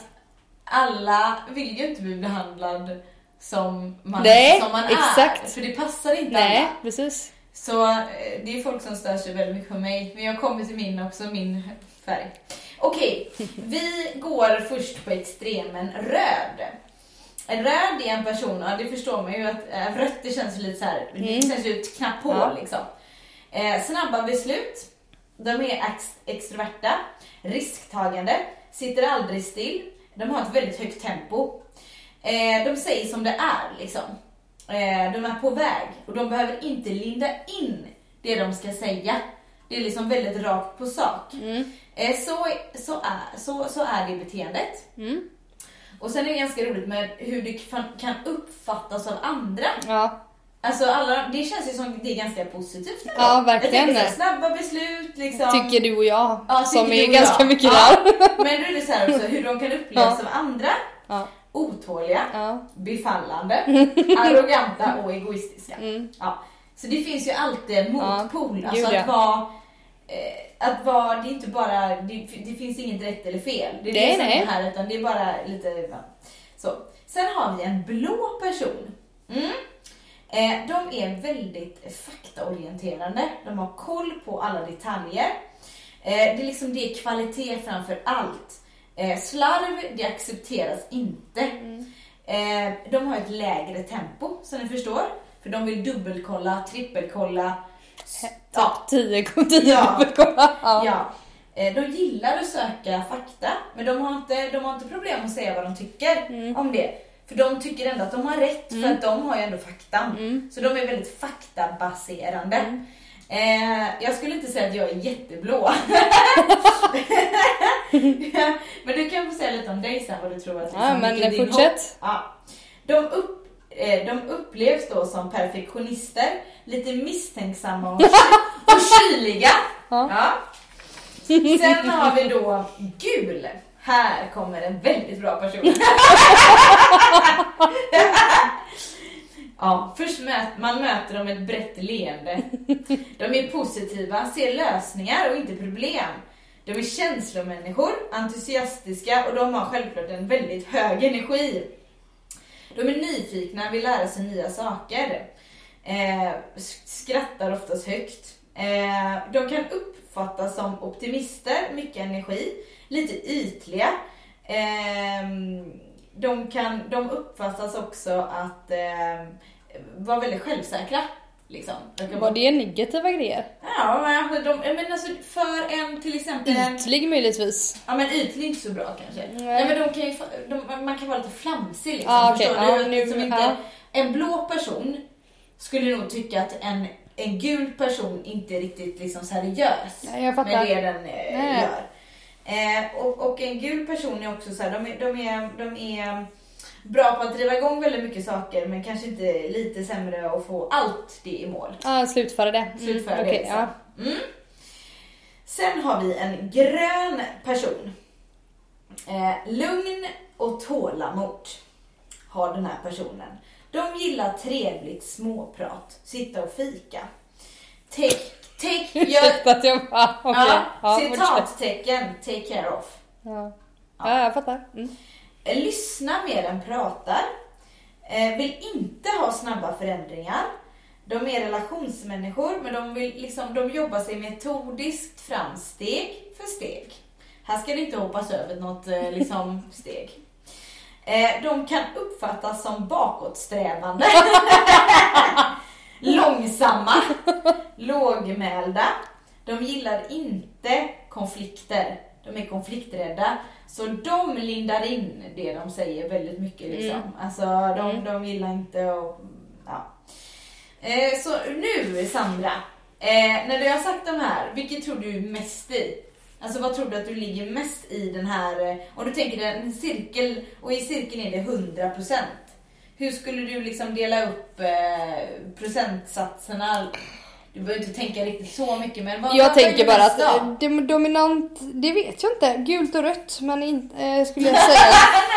alla vill ju inte bli behandlad som man, nej, som man är. Exakt. För det passar inte nej, alla. Precis. Så det är folk som stör sig väldigt mycket på mig. Men jag kommer till min också, min färg. Okej, vi går först på extremen röd. En röd är en person, och det förstår man ju att rött det känns lite så här, mm. det känns ju knappt på ja. liksom. Eh, snabba beslut. De är ex- extroverta, risktagande, sitter aldrig still. De har ett väldigt högt tempo. Eh, de säger som det är liksom. Eh, de är på väg och de behöver inte linda in det de ska säga. Det är liksom väldigt rakt på sak. Mm. Eh, så, så, är, så, så är det beteendet. Mm. Och sen är det ganska roligt med hur det kan uppfattas av andra. Ja. Alltså alla, det känns ju som det är ganska positivt. Ändå. Ja, verkligen. Jag tänker så snabba beslut liksom. Tycker du och jag, ja, som är ganska jag. mycket ja. där. Men då är det så här också, hur de kan upplevas ja. av andra. Ja. Otåliga, ja. befallande, arroganta och egoistiska. Mm. Ja. Så det finns ju alltid en motpol. Ja. Alltså att vara, eh, att vara, det är inte bara, det, det finns inget rätt eller fel. Det är det, det som är här, utan det är bara lite, ja. Så. Sen har vi en blå person. Mm. Eh, de är väldigt faktaorienterande. De har koll på alla detaljer. Eh, det är liksom det är kvalitet framför allt. Eh, slarv, det accepteras inte. Mm. Eh, de har ett lägre tempo, som ni förstår. För de vill dubbelkolla, trippelkolla. Ja, tio ja. dubbelkolla. Ja. Ja. Eh, de gillar att söka fakta, men de har inte, de har inte problem att säga vad de tycker mm. om det. För de tycker ändå att de har rätt, mm. för att de har ju ändå faktan. Mm. Så de är väldigt faktabaserande. Mm. Eh, jag skulle inte säga att jag är jätteblå. Men du kan få säga lite om dig sen, vad du tror att liksom, ja, men fortsätt. Ja. De, upp, eh, de upplevs då som perfektionister, lite misstänksamma och, och kyliga. Ja. Ja. Sen har vi då gul. Här kommer en väldigt bra person. Ja, först möt, man möter dem med ett brett leende. De är positiva, ser lösningar och inte problem. De är känslomänniskor, entusiastiska och de har självklart en väldigt hög energi. De är nyfikna, vill lära sig nya saker. Eh, skrattar oftast högt. Eh, de kan uppfattas som optimister, mycket energi, lite ytliga. Eh, de, kan, de uppfattas också att eh, vara väldigt självsäkra. Liksom. De Var det negativa grejer? Ja, men, de, men alltså för en till exempel en... Ytlig möjligtvis. Ja, men ytlig är inte så bra kanske. Nej. Nej, men de kan ju, de, man kan vara lite flamsig liksom. Ah, okay. Förstår ah, du? Nu, liksom inte, ah. En blå person skulle nog tycka att en, en gul person inte är riktigt liksom seriös. Nej, jag fattar. Med det den eh, gör. Eh, och, och en gul person är också så här, de är, de är, de är bra på att driva igång väldigt mycket saker, men kanske inte lite sämre att få allt det i mål. Ja, ah, slutföra det. Mm, slutföra okay, det. Ja. Mm. Sen har vi en grön person. Eh, lugn och tålamod har den här personen. De gillar trevligt småprat, sitta och fika. Take, take your... att jag bara, okay. ja, ja, citattecken, take care of. Ja, ja jag fattar. Mm. Lyssna mer än pratar. Eh, vill inte ha snabba förändringar. De är relationsmänniskor, men de vill liksom, de jobbar sig metodiskt fram steg för steg. Här ska det inte hoppas över något eh, liksom, steg. Eh, de kan uppfattas som bakåtsträvande. Långsamma. Lågmälda. De gillar inte konflikter. De är konflikträdda. Så de lindar in det de säger väldigt mycket. Liksom. Mm. Alltså de, mm. de gillar inte att... Ja. Eh, så nu Sandra. Eh, när du har sagt de här, vilket tror du mest i? Alltså vad tror du att du ligger mest i den här, om du tänker dig en cirkel, och i cirkeln är det hundra procent. Hur skulle du liksom dela upp eh, procentsatserna? Du behöver inte tänka riktigt så mycket, men vad, jag vad tänker bara att då? Det dominant, det vet jag inte, gult och rött, men inte, eh, skulle jag säga.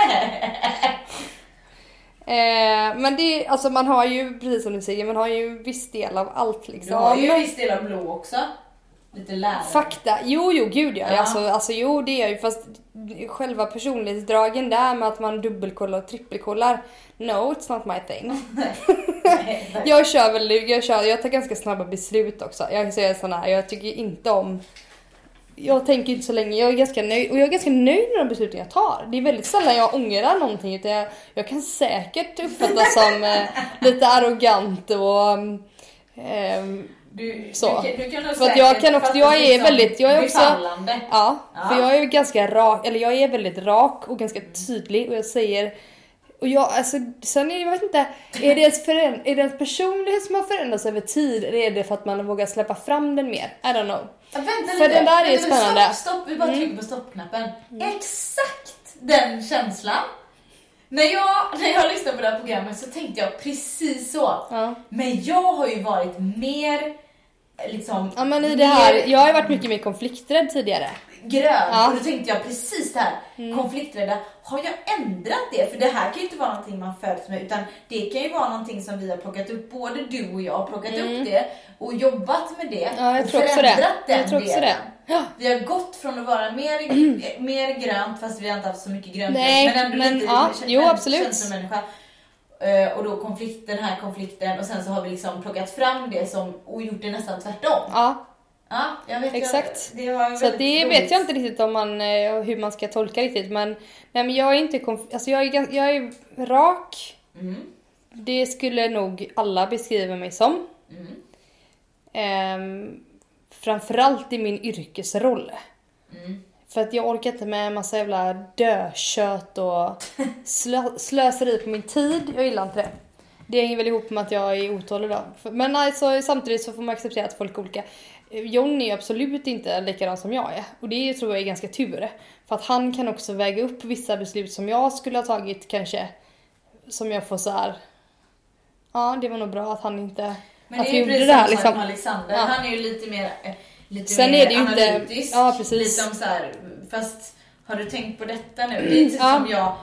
eh, men det, alltså man har ju, precis som du säger, man har ju en viss del av allt liksom. Du har ju en viss del av blå också. Lite lärare. Fakta, jo jo gud ja, ja. Alltså, alltså jo det är ju, fast själva personlighetsdragen där med att man dubbelkollar och trippelkollar, no it's not my thing. jag kör väl, jag kör, jag tar ganska snabba beslut också. Jag säger sån här, jag tycker inte om, jag tänker inte så länge, jag är ganska nöjd, och jag är ganska nöjd med de besluten jag tar. Det är väldigt sällan jag ångrar någonting, utan jag, jag kan säkert uppfattas som eh, lite arrogant och eh, Du, så. Du, du kan för att jag kan också, jag är liksom väldigt, jag är också, befallande. Ja, ja, för jag är ju ganska rak, eller jag är väldigt rak och ganska tydlig, och jag säger, och jag, alltså, sen är det, jag vet inte, är det ens föränd, är det ens personlighet som har förändrats över tid, eller är det för att man vågar släppa fram den mer? I don't know. Ja, vänta för lite. den där är vänta, spännande. Stopp, stopp, vi bara trycker mm. på stoppknappen. Mm. Exakt den känslan. När jag, när jag lyssnade på det här programmet så tänkte jag precis så. Ja. Men jag har ju varit mer liksom... Ja, men i det här, jag har ju varit mycket mer konflikträdd tidigare. Grön, ja. Och då tänkte jag precis det här, mm. konflikträdda. Har jag ändrat det? För det här kan ju inte vara någonting man föds med, utan det kan ju vara någonting som vi har plockat upp. Både du och jag har plockat mm. upp det och jobbat med det. Ja, jag och tror förändrat det. den jag tror delen. Det. Ja. Vi har gått från att vara mer, mm. mer grönt, fast vi har inte haft så mycket grönt. Nej, men ändå men, lite ja, käns- jo, absolut. känslomänniska. Uh, och då konflikt, den här konflikten, och sen så har vi liksom plockat fram det som, och gjort det nästan tvärtom. Ja. Ja, jag vet. Exakt. Jag, det var så det roligt. Vet jag inte riktigt om man, hur man ska tolka riktigt, men nej, men jag är inte konf- alltså jag är jag är rak. Mm. Det skulle nog alla beskriva mig som. Mm. Ehm, framförallt i min yrkesroll. Mm. För att jag orkar inte med en massa jävla dökött och slö- slöseri på min tid. Jag gillar inte det. Det hänger väl ihop med att jag är otålig då. Men alltså, samtidigt så får man acceptera att folk är olika. John är absolut inte likadan som jag är. Och det tror jag är ganska tur. För att han kan också väga upp vissa beslut som jag skulle ha tagit kanske. Som jag får så här. Ja, det var nog bra att han inte... Men det är ju precis det här, liksom. Som Alexander. Ja. Han är ju lite mer, lite Sen mer är det ju analytisk. Inte, ja, precis. Lite om så här, fast har du tänkt på detta nu? Det är inte ja. Som jag...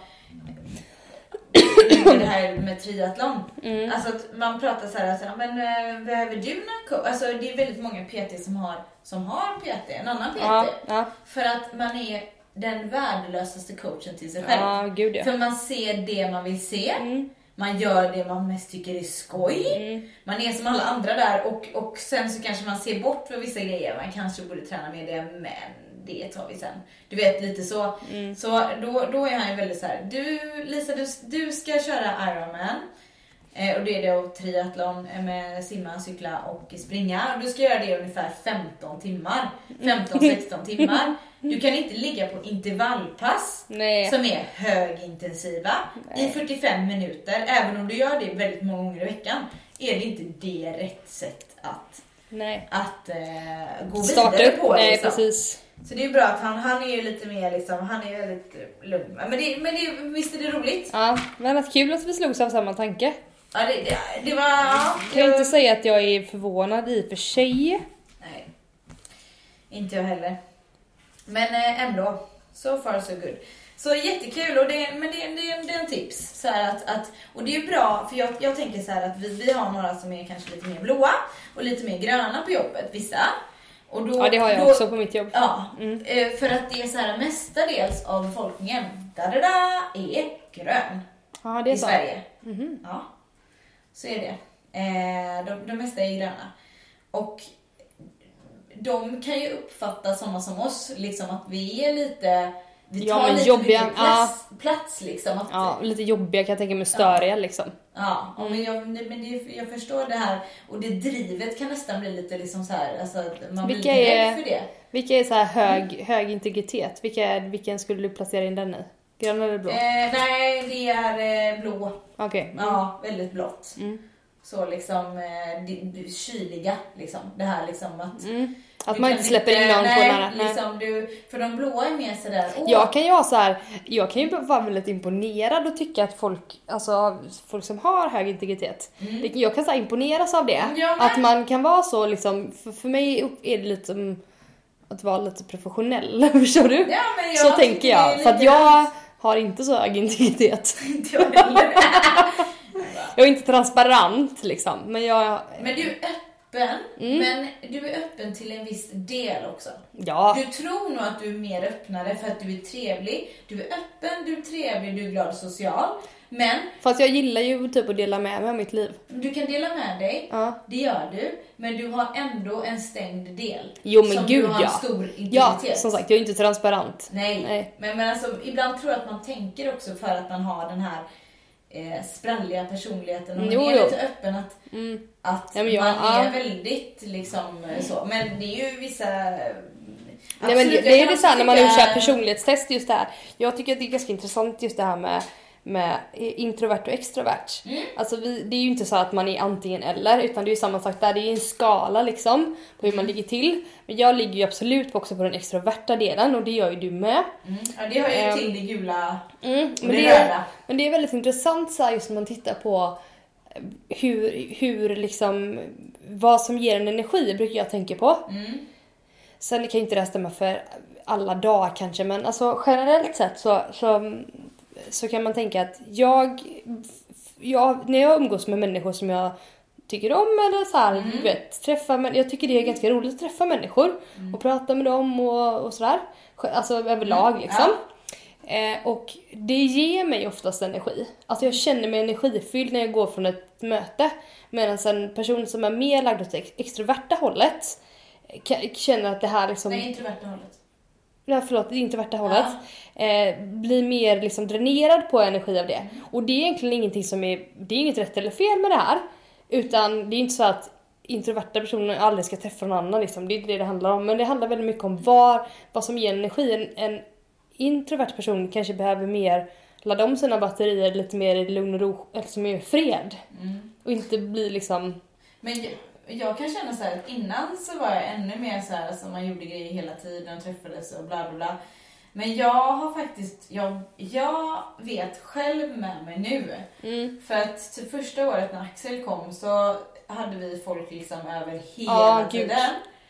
det här med triathlon. Mm. Alltså att man pratar så här, alltså, men äh, behöver du någon coach? Alltså det är väldigt många P T som har, som har P T, en annan P T. Ja, ja. För att man är den värdelösaste coachen till sig själv. Ja, gud, ja. För man ser det man vill se. Mm. Man gör det man mest tycker är skoj. Mm. Man är som alla andra där. Och, och sen så kanske man ser bort för vissa grejer. Man kanske borde träna med det, men det tar vi sen. Du vet, lite så. Mm. Så då, då är han ju väldigt så här. Du, Lisa, du, du ska köra Ironman. Eh, och det är då triathlon med simma, cykla och springa. Och du ska göra det ungefär femton timmar. femton sexton timmar. Du kan inte ligga på intervallpass. Nej. Som är högintensiva. Nej. I fyrtiofem minuter. Även om du gör det väldigt många gånger i veckan. Är det inte det rätt sätt att, Nej. att eh, gå Starta vidare upp. på. Nej, liksom. Precis. Så det är bra att han, han är ju lite mer liksom, han är väldigt lugn. Men, det, men det, visst är det roligt? Ja, men att kul att vi slogs av samma tanke. Ja, det, det, det var... Ja, kan jag inte säga att jag är förvånad i och för sig. Nej, inte jag heller. Men ändå, so far so good. Så jättekul, och det, men det, det, det är en tips. Så här att, att, och det är bra, för jag, jag tänker så här att vi, vi har några som är kanske lite mer blåa och lite mer gröna på jobbet, vissa. Och då, ja, det har jag då, också på mitt jobb. Ja, mm. För att det är så här, mestadels av befolkningen da, da, da, är grön. Ja, det är i så. Sverige. Mm-hmm. Ja, så är det. Eh, de, de mesta är gröna. Och de kan ju uppfatta sådana som oss, liksom att vi är lite, vi tar ja, men lite jobbiga, mycket plats, ja. plats liksom. Att, ja, lite jobbiga kan jag tänka mig, störiga ja. liksom. Ja, mm. men, jag, men det, jag förstår det här, och det drivet kan nästan bli lite liksom så här, alltså man vilka blir är, rädd för det. Vilka är så här hög, mm. hög integritet? Vilka, vilken skulle du placera in den i? Grön eller blå? Eh, nej, det är eh, blå. Okej. Okay. Mm. Ja, väldigt blått. Mm. Så liksom eh, kyliga liksom. Det här liksom att mm. att man inte släpper in någon nej, på nära. Nej, liksom du, för de blåa är mer sådär. Åh. Jag kan ju ha så här, jag kan ju vara väldigt imponerad och tycka att folk, alltså folk som har hög integritet, mm. jag kan så här imponeras av det. Att man kan vara så liksom, för, för mig är det lite som att vara lite professionell, förstår du? Ja, men jag så tänker jag, för att jag har inte så hög integritet. Jag är inte transparent liksom, men jag... Men du är öppen, mm. men du är öppen till en viss del också. Ja. Du tror nog att du är mer öppnare för att du är trevlig. Du är öppen, du är trevlig, du är glad och social. Men... Fast jag gillar ju typ att dela med mig av mitt liv. Du kan dela med dig, ja. Det gör du. Men du har ändå en stängd del. Jo men som gud du har ja. Stor integritet. Ja, som sagt, jag är inte transparent. Nej, Nej. Men, men alltså, ibland tror jag att man tänker också för att man har den här eh, spralliga personligheten. Och man jo, är jo. lite öppen att, mm. att ja, jag, man ja. är väldigt liksom så. Men det är ju vissa... Nej, men det, det är det så här när man gör personlighetstest just det här. Jag tycker att det är ganska intressant just det här med med introvert och extrovert. Mm. Alltså vi, det är ju inte så att man är antingen eller, utan det är ju samma sak där. Det är en skala liksom på hur man ligger till. Men jag ligger ju absolut också på den extroverta delen, och det gör ju du med. Mm. Ja, det har ju um, till det gula mm, och men, det det är, röda. men det är väldigt intressant så här, just när man tittar på hur, hur liksom vad som ger en energi, brukar jag tänka på. Mm. Sen kan ju inte det stämma för alla dagar kanske, men alltså generellt sett så, så så kan man tänka att jag, jag när jag umgås med människor som jag tycker om eller så här, mm. du vet, träffa, men jag tycker det är ganska roligt att träffa människor mm. och prata med dem och, och sådär, alltså överlag mm. liksom. Ja. Eh, och det ger mig oftast energi. Alltså jag känner mig energifylld när jag går från ett möte, medan en person som är mer lagd åt extroverta hållet känner att det här liksom... Nej, introverta hållet. Nej, förlåt, det är inte värta hållet. Ja. Eh, blir mer liksom dränerad på energi av det. Mm. Och det är egentligen ingenting som är, det är inget rätt eller fel med det här. Utan det är inte så att introverta personer aldrig ska träffa någon annan liksom. Det är inte det det handlar om. Men det handlar väldigt mycket om var, vad som ger energi. En, en introvert person kanske behöver mer ladda om sina batterier lite mer i lugn och ro, eller som är fred. Mm. Och inte bli liksom... Men jag, jag kan känna så här att innan så var jag ännu mer så här, alltså man gjorde grejer hela tiden och träffades och bla bla bla. Men jag har faktiskt, jag, jag vet själv med mig nu. Mm. För att till första året när Axel kom så hade vi folk liksom över hela oh, tiden.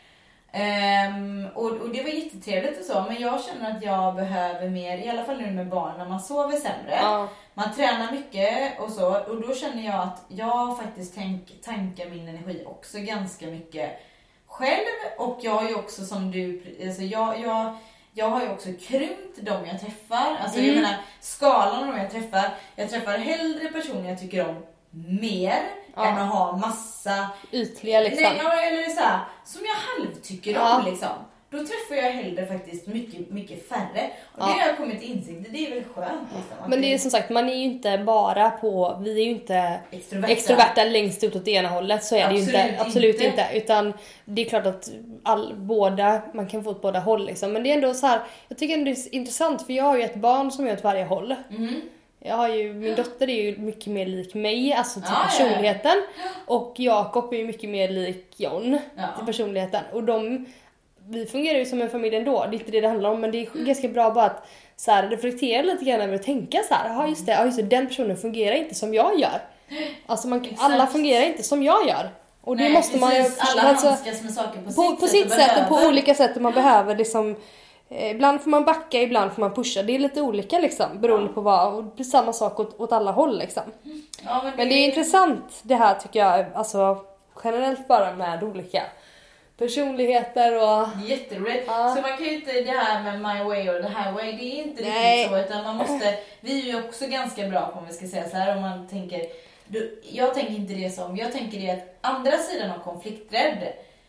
Um, och, och det var jättetrevligt och så, men jag känner att jag behöver mer, i alla fall nu med barn, när man sover sämre. Oh. Man tränar mycket och så, och då känner jag att jag faktiskt tänk, tankar min energi också ganska mycket själv. Och jag är ju också som du, alltså jag, jag, jag har ju också krympt dem jag träffar. Alltså mm. jag menar, skalan av dem jag träffar, jag träffar hellre personer jag tycker om mer ja. än att ha massa ytliga liksom. Nej, eller så här, som jag halv tycker ja. om liksom. Då träffar jag hellre faktiskt mycket, mycket färre. Och ja. det har jag kommit till insikt, det är väl skönt liksom. Men det är som sagt, man är ju inte bara på, vi är ju inte extroverta, extroverta längst ut åt det ena hållet, så är absolut det ju inte, absolut inte. inte. Utan det är klart att all, båda, man kan få åt båda håll liksom. Men det är ändå så här, jag tycker ändå det är intressant, för jag har ju ett barn som är åt varje håll. Mm. Jag har ju, min dotter är ju mycket mer lik mig, alltså till ja, personligheten. Ja, ja. Och Jakob är ju mycket mer lik John ja. till personligheten. Och de, vi fungerar ju som en familj ändå, det är inte det det handlar om. Men det är mm. ganska bra bara att så här, reflektera lite grann över att tänka så här. Ja just det, ja, just det, den personen fungerar inte som jag gör. Alltså man, alla fungerar inte som jag gör. Och det Nej, måste precis. man alla alltså, handskas med saker på, på, sitt på sätt, sitt sätt och på behöver. olika sätt. Och man behöver liksom... Ibland får man backa, ibland får man pusha. Det är lite olika liksom, beroende ja. på vad. Och det är samma sak åt, åt alla håll liksom. Ja, men, det... men det är intressant det här tycker jag. Alltså generellt bara med olika personligheter och... Jätterätt. Ja. Så man kan ju inte det här med my way och the highway. Det är inte Nej. riktigt så. Utan man måste... Vi är ju också ganska bra på, om vi ska säga så här. Om man tänker... Du, jag tänker inte det som... Jag tänker det att andra sidan av konflikträdd.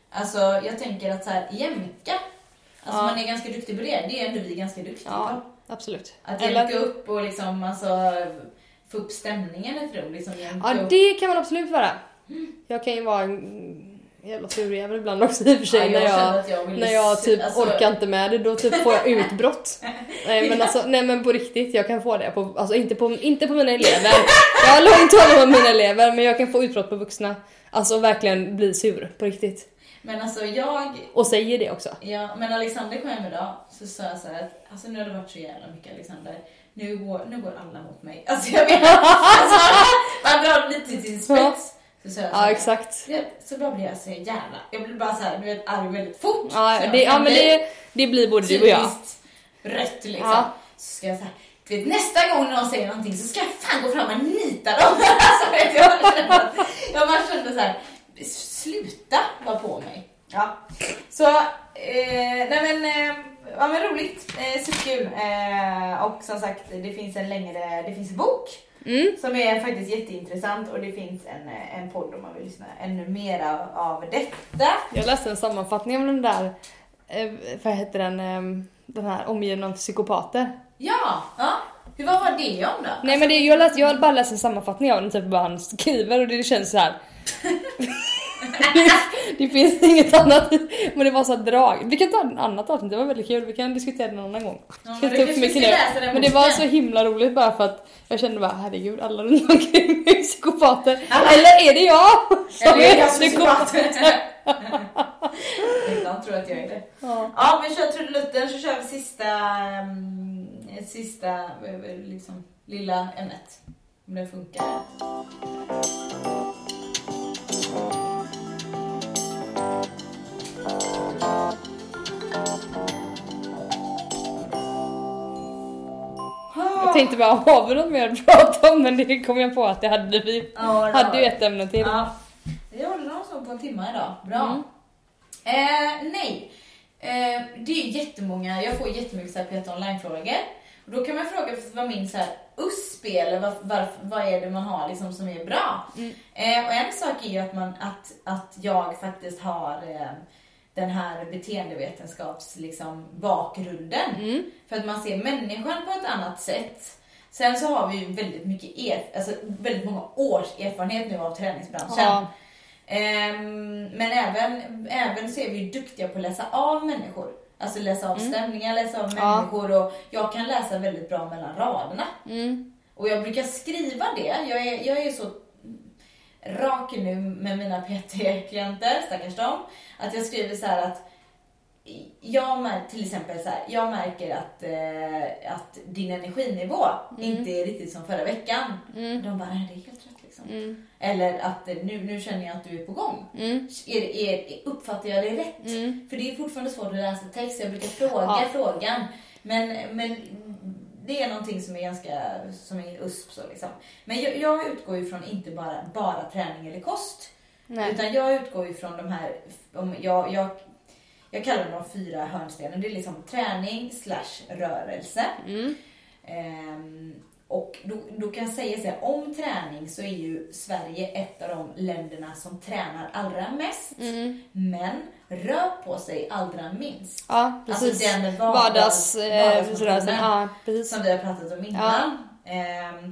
Alltså jag tänker att så här, jämka. Alltså ja. man är ganska duktig på det. Det är ändå vi ganska duktiga ja, på. Absolut. Att jämka Eller... upp och liksom alltså få upp stämningen ett ro. Liksom, ja, upp. det kan man absolut vara. Mm. Jag kan ju vara en jävla surjävel ibland också i och för sig. Ja, jag när jag, jag när jag typ alltså... orkar inte med det, då typ får jag utbrott. nej, men alltså, nej men på riktigt, jag kan få det. På, alltså inte på, inte på mina elever. Jag har långt hållit med mina elever, men jag kan få utbrott på vuxna. Alltså verkligen bli sur, på riktigt. Men alltså jag... Och säger det också. Ja, men Alexander kom hem idag, så sa jag så här att alltså nu har det varit så jävla mycket Alexander. Nu går, nu går alla mot mig. Alltså jag vet, alltså, man drar lite till sin spets. Så, så, ja, så exakt. Så då blir jag så jävla. Jag blir bara så här, du vet, arg väldigt fort. Ja, det, ja men det, det blir både du och jag. Rött liksom. Ja. Så ska jag så här, du vet, nästa gång någon säger någonting så ska jag fan gå fram och nita dem. Alltså, vet, jag bara kände, att, jag bara kände så här, sluta vara på mig. Ja. Så, eh, nej men, eh, ja men roligt, eh, superkul. Eh, och som sagt, det finns en längre, det finns en bok. Mm. Som är faktiskt jätteintressant och det finns en, en podd om man vill lyssna ännu mer av, av detta. Jag läste en sammanfattning om den där, eh, vad heter den, eh, den här omgivna av psykopater. Ja, ja. Hur, vad var det om då? Nej men det, jag, läste, jag har bara läst en sammanfattning av den, typ vad han skriver och det, det känns så här. det, det finns inget annat, men det var så här drag. Vi kan ta en annat avsnitt, det var väldigt kul. Vi kan diskutera det någon annan gång. Ja, men, det det men det var så himla roligt bara för att jag kände bara, herregud, alla runt omkring är psykopater. Alla. Eller är det jag som är, är jag psykopat? Jag tror att jag är det. Ja, ja vi kör trudelutten, så kör vi sista um, sista liksom, lilla ämnet. Om det funkar. Jag tänkte bara, har vi något mer att prata om? Men det kom jag på att det hade vi. Ja, hade ju ett ämne till. Ja. Vi håller någon så på en timme idag. Bra. Mm. Eh, nej. Eh, det är jättemånga, jag får jättemycket så här P ett online-frågor. Och då kan man fråga vad min så här U S P eller vad, vad, vad är det man har liksom som är bra. Mm. Eh, och en sak är ju att, man, att, att jag faktiskt har... Eh, den här beteendevetenskaps liksom bakgrunden. Mm. För att man ser människan på ett annat sätt. Sen så har vi ju väldigt mycket erf- alltså väldigt många års erfarenhet nu av träningsbranschen. Ja. Um, men även, även så är vi ju duktiga på att läsa av människor. Alltså läsa av mm. stämningar, läsa av ja. människor. Och jag kan läsa väldigt bra mellan raderna. Mm. Och jag brukar skriva det. Jag är, jag är så rak nu med mina P T-klienter, stackars dem, att jag skriver så här att jag märker, till exempel så här, jag märker att, eh, att din energinivå mm. inte är riktigt som förra veckan. Mm. De bara, det är helt rätt liksom. Mm. Eller att nu, nu känner jag att du är på gång. Mm. Är, är, uppfattar jag det rätt? Mm. För det är fortfarande svårt att läsa text. Jag brukar fråga ja. frågan. Men, men det är någonting som är ganska som är U S P så liksom. Men jag, jag utgår ju från inte bara, bara träning eller kost. Nej. Utan jag utgår ju från de här, om jag, jag, jag kallar dem de fyra hörnstenar. Det är liksom träning slash rörelse. Mm. Ehm, och då, då kan jag säga så här, om träning så är ju Sverige ett av de länderna som tränar allra mest. Mm. Men rör på sig allra minst. Ja, precis. Alltså den vardags, vardags, vardags ja, precis. Som vi har pratat om innan. Ja. Ehm,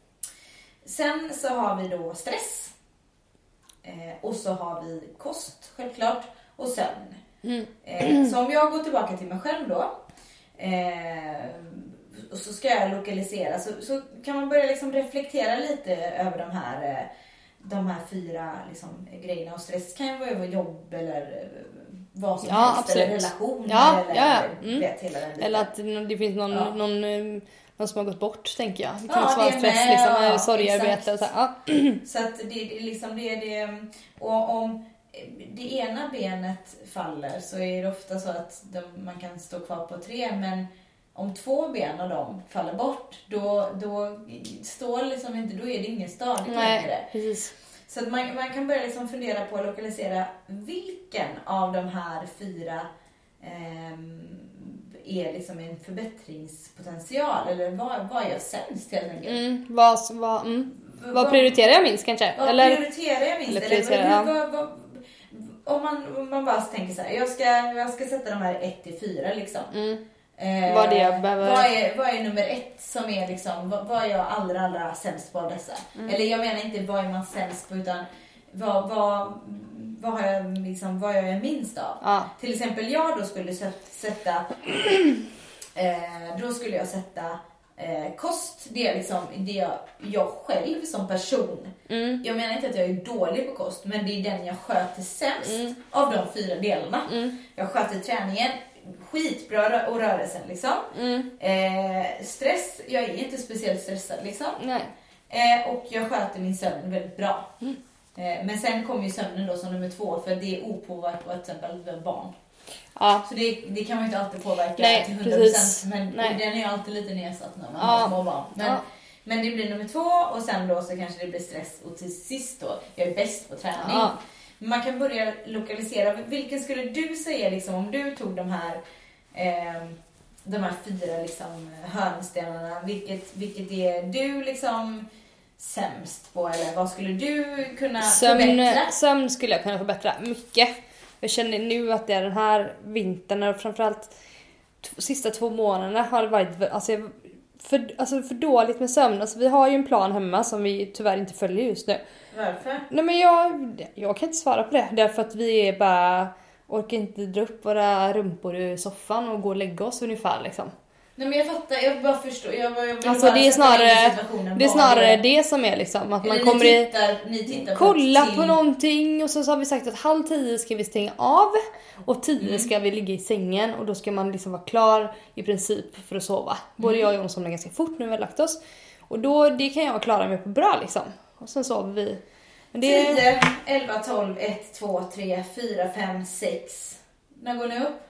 sen så har vi då stress. Eh, och så har vi kost, självklart. Och sömn. Mm. Eh, så om jag går tillbaka till mig själv då. Eh, och så ska jag lokalisera. Så, så kan man börja liksom reflektera lite över de här, de här fyra liksom, grejerna. Och stress kan ju vara jobb eller vad som ja, helst. Absolut. Eller relationer. Ja, eller, ja. Mm. vet, hela den eller att det finns någon... Ja. någon någon som har gått bort, tänker jag. Det kan ja, också vara stress, med, liksom, ja, sorgarbete och så här. Ja. Så att det, det, liksom, det är det... Och om det ena benet faller så är det ofta så att de, man kan stå kvar på tre, men om två ben av dem faller bort, då, då står liksom inte, då är det ingen stadigt längre. Precis. Så att man, man kan börja liksom fundera på att lokalisera vilken av de här fyra ehm, är liksom en förbättringspotential, eller vad, vad är jag sämst helt enkelt? Mm, vad, vad, mm. vad, vad prioriterar jag minst kanske? Vad eller, prioriterar jag minst? Eller, eller prioriterar, vad, vad, vad, om man, om man bara tänker så här, jag ska, jag ska sätta de här ett till fyra liksom. Mm. Eh, vad, det jag behöver... vad, är, vad är nummer ett som är liksom, vad, vad är jag allra, allra sämst på av dessa? Mm. Eller jag menar inte vad är man sämst på, utan vad, vad, vad, har jag, liksom, vad är jag minst av? Ja. Till exempel jag då skulle sätta, eh, då skulle jag sätta eh, kost, det är liksom det jag, jag själv som person. Mm. Jag menar inte att jag är dålig på kost, men det är den jag sköter sämst mm. av de fyra delarna. Mm. Jag sköter träningen skitbra och rörelsen liksom. Mm. Eh, stress, jag är inte speciellt stressad liksom. Nej. Eh, och jag sköter min sömn väldigt bra. Mm. Eh, men sen kommer ju sömnen då som nummer två, för det är opåverkat till exempel barn. Ja. Så det, det kan man ju inte alltid påverka Nej, till hundra procent. Precis. Men Nej. Den är ju alltid lite nedsatt när man ja. har små barn. Men, ja. men det blir nummer två, och sen då så kanske det blir stress. Och till sist då, jag är bäst på träning. Ja. Man kan börja lokalisera. Vilken skulle du säga liksom, om du tog de här eh, de här fyra liksom, hörnstenarna, vilket, vilket är du liksom sämst på, eller vad skulle du kunna sömn, förbättra? Sömn skulle jag kunna förbättra mycket. Jag känner nu att det är den här vintern och framförallt t- sista två månaderna har det varit alltså, för, alltså för dåligt med sömn. Alltså, vi har ju en plan hemma som vi tyvärr inte följer just nu. Varför? Nej, men jag, jag kan inte svara på det. Därför att vi är bara orkar inte dra upp våra rumpor ur soffan och gå och lägga oss ungefär liksom. Nej, men jag fattar, jag bara förstår. Jag, jag vill alltså bara det är snarare det är snarare det. det som är liksom att Eller man kommer ni tittar, ni tittar kolla på, på någonting, och så, så har vi sagt att halv tio ska vi stänga av och tio mm. ska vi ligga i sängen, och då ska man liksom vara klar i princip för att sova. Både mm. jag och Jon somnar ganska fort när vi har lagt oss, och då det kan jag klara mig på bra liksom. Och sen sover vi. Men det är tio, elva, tolv, ett, två, tre, fyra, fem, sex. När går ni upp?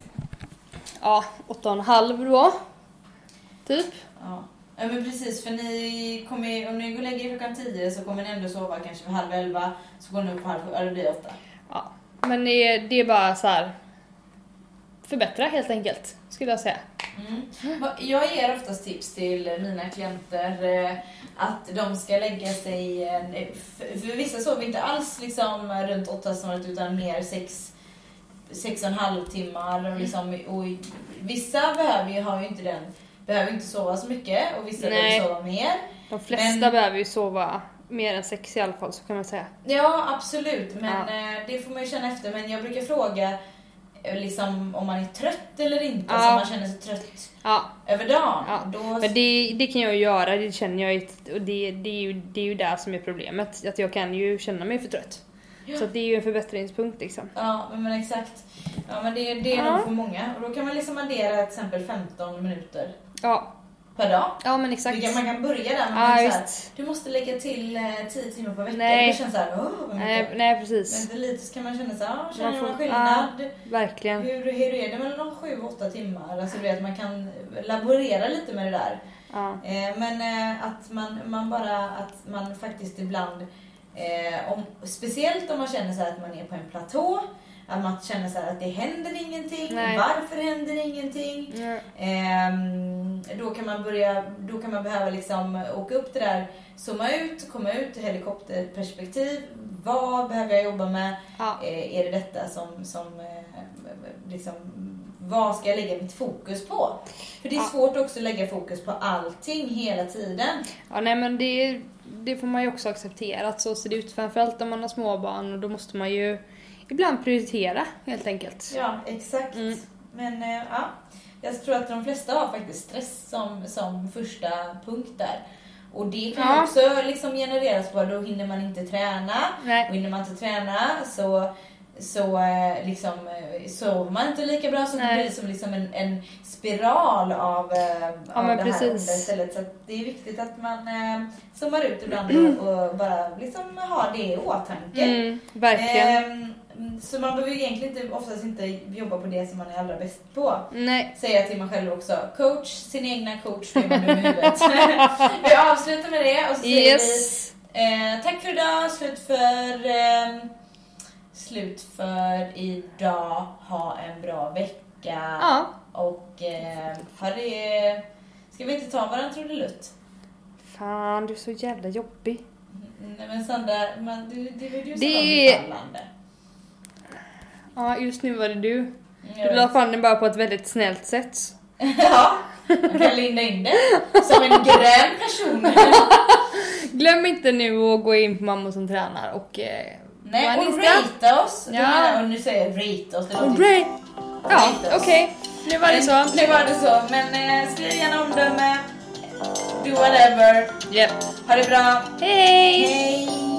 Ja, åtta och en halv då. Typ. Ja. Ja, men precis, för ni kommer, om ni går och lägger klockan tio så kommer ni ändå sova kanske för halv elva, så går ni upp halv sju, eller det blir åtta. Ja, men det är, det är bara så här förbättra helt enkelt, skulle jag säga. Mm. Jag ger oftast tips till mina klienter att de ska lägga sig, för vissa sover inte alls liksom runt åtta snart, utan mer sex, sex och en halv timmar och liksom, och vissa behöver ju, har ju inte den behöver inte sova så mycket, och vissa Nej. behöver sova mer. De flesta men, behöver ju sova mer än sex i alla fall, så kan man säga. Ja, absolut, men ja. det får man ju känna efter. Men jag brukar fråga liksom, om man är trött eller inte, ja. så man känner sig trött ja. över dagen. Ja. Då... Men det, det kan jag ju göra, det känner jag, och det, det, är ju, det är ju där som är problemet, att jag kan ju känna mig för trött. Ja. Så det är ju en förbättringspunkt liksom. Ja, men exakt. Ja, men det, det är ja. nog för många. Och då kan man liksom addera till exempel femton minuter. Ja. Per dag. Ja, men exakt. Man kan börja där. Man ja, kan så här, du måste lägga till eh, tio timmar per vecka. Nej. Det känns så här, åh, vad nej, nej, precis. Men lite så kan man känna så här, ah, känner man, man skillnad? Ja, verkligen. Hur, hur är det mellan de sju åtta timmar? Alltså du vet, man kan laborera lite med det där. Ja. Eh, men eh, att man, man bara, att man faktiskt ibland, eh, om, speciellt om man känner så här att man är på en platå, att man känner så här att det händer ingenting. Nej. Varför händer ingenting? Mm. Ehm, då kan man börja, då kan man behöva liksom åka upp det där, zooma ut, komma ut i helikopterperspektiv. Vad behöver jag jobba med? Ja. Ehm, är det detta som, som eh, liksom, vad ska jag lägga mitt fokus på? För det är ja. svårt också att lägga fokus på allting hela tiden. Ja, nej, men det, det får man ju också acceptera att så ser det ut, framförallt om man har småbarn, och då måste man ju ibland prioritera, helt enkelt. Ja, exakt. Mm. Men äh, ja, jag tror att de flesta har faktiskt stress som, som första punkt där. Och det kan ja. också liksom genereras på, då hinner man inte träna. Nej. Och hinner man inte träna så, så äh, liksom, sover man inte lika bra, så det blir som liksom en, en spiral av, äh, ja, av det precis. här onda istället. Så det är viktigt att man äh, zoomar ut ibland mm. och, och bara liksom har det i åtanke. Mm, verkligen. Äh, Så man behöver egentligen inte, oftast inte jobba på det som man är allra bäst på. Nej. Säger jag till mig själv också. Coach, sin egna coach, det är man nu med huvudet. Vi avslutar med det och så säger yes. vi eh, tack för idag, slut för eh, slut för idag. Ha en bra vecka. Ja. Och eh, har det, ska vi inte ta varandra trudelutt? Fan, du är så jävla jobbig. Nej, men Sandra, man, du, du, du är ju så det... fallande. Ja, just nu var det du. Jag Du la vet. fram den bara på ett väldigt snällt sätt. Ja, man kan linda in det som en grön person. Glöm inte nu att gå in på Mamma som tränar och eh, Nej, vår och Insta. rata oss. Ja. Ja. Och nu säger jag rate oss. Det Och låter- rate. Ja, Rate oss. okej. Nu var det så. Men, nu var det så. Men eh, skriv gärna omdöme. Do whatever. Yep. Ha det bra. Hej! Hej!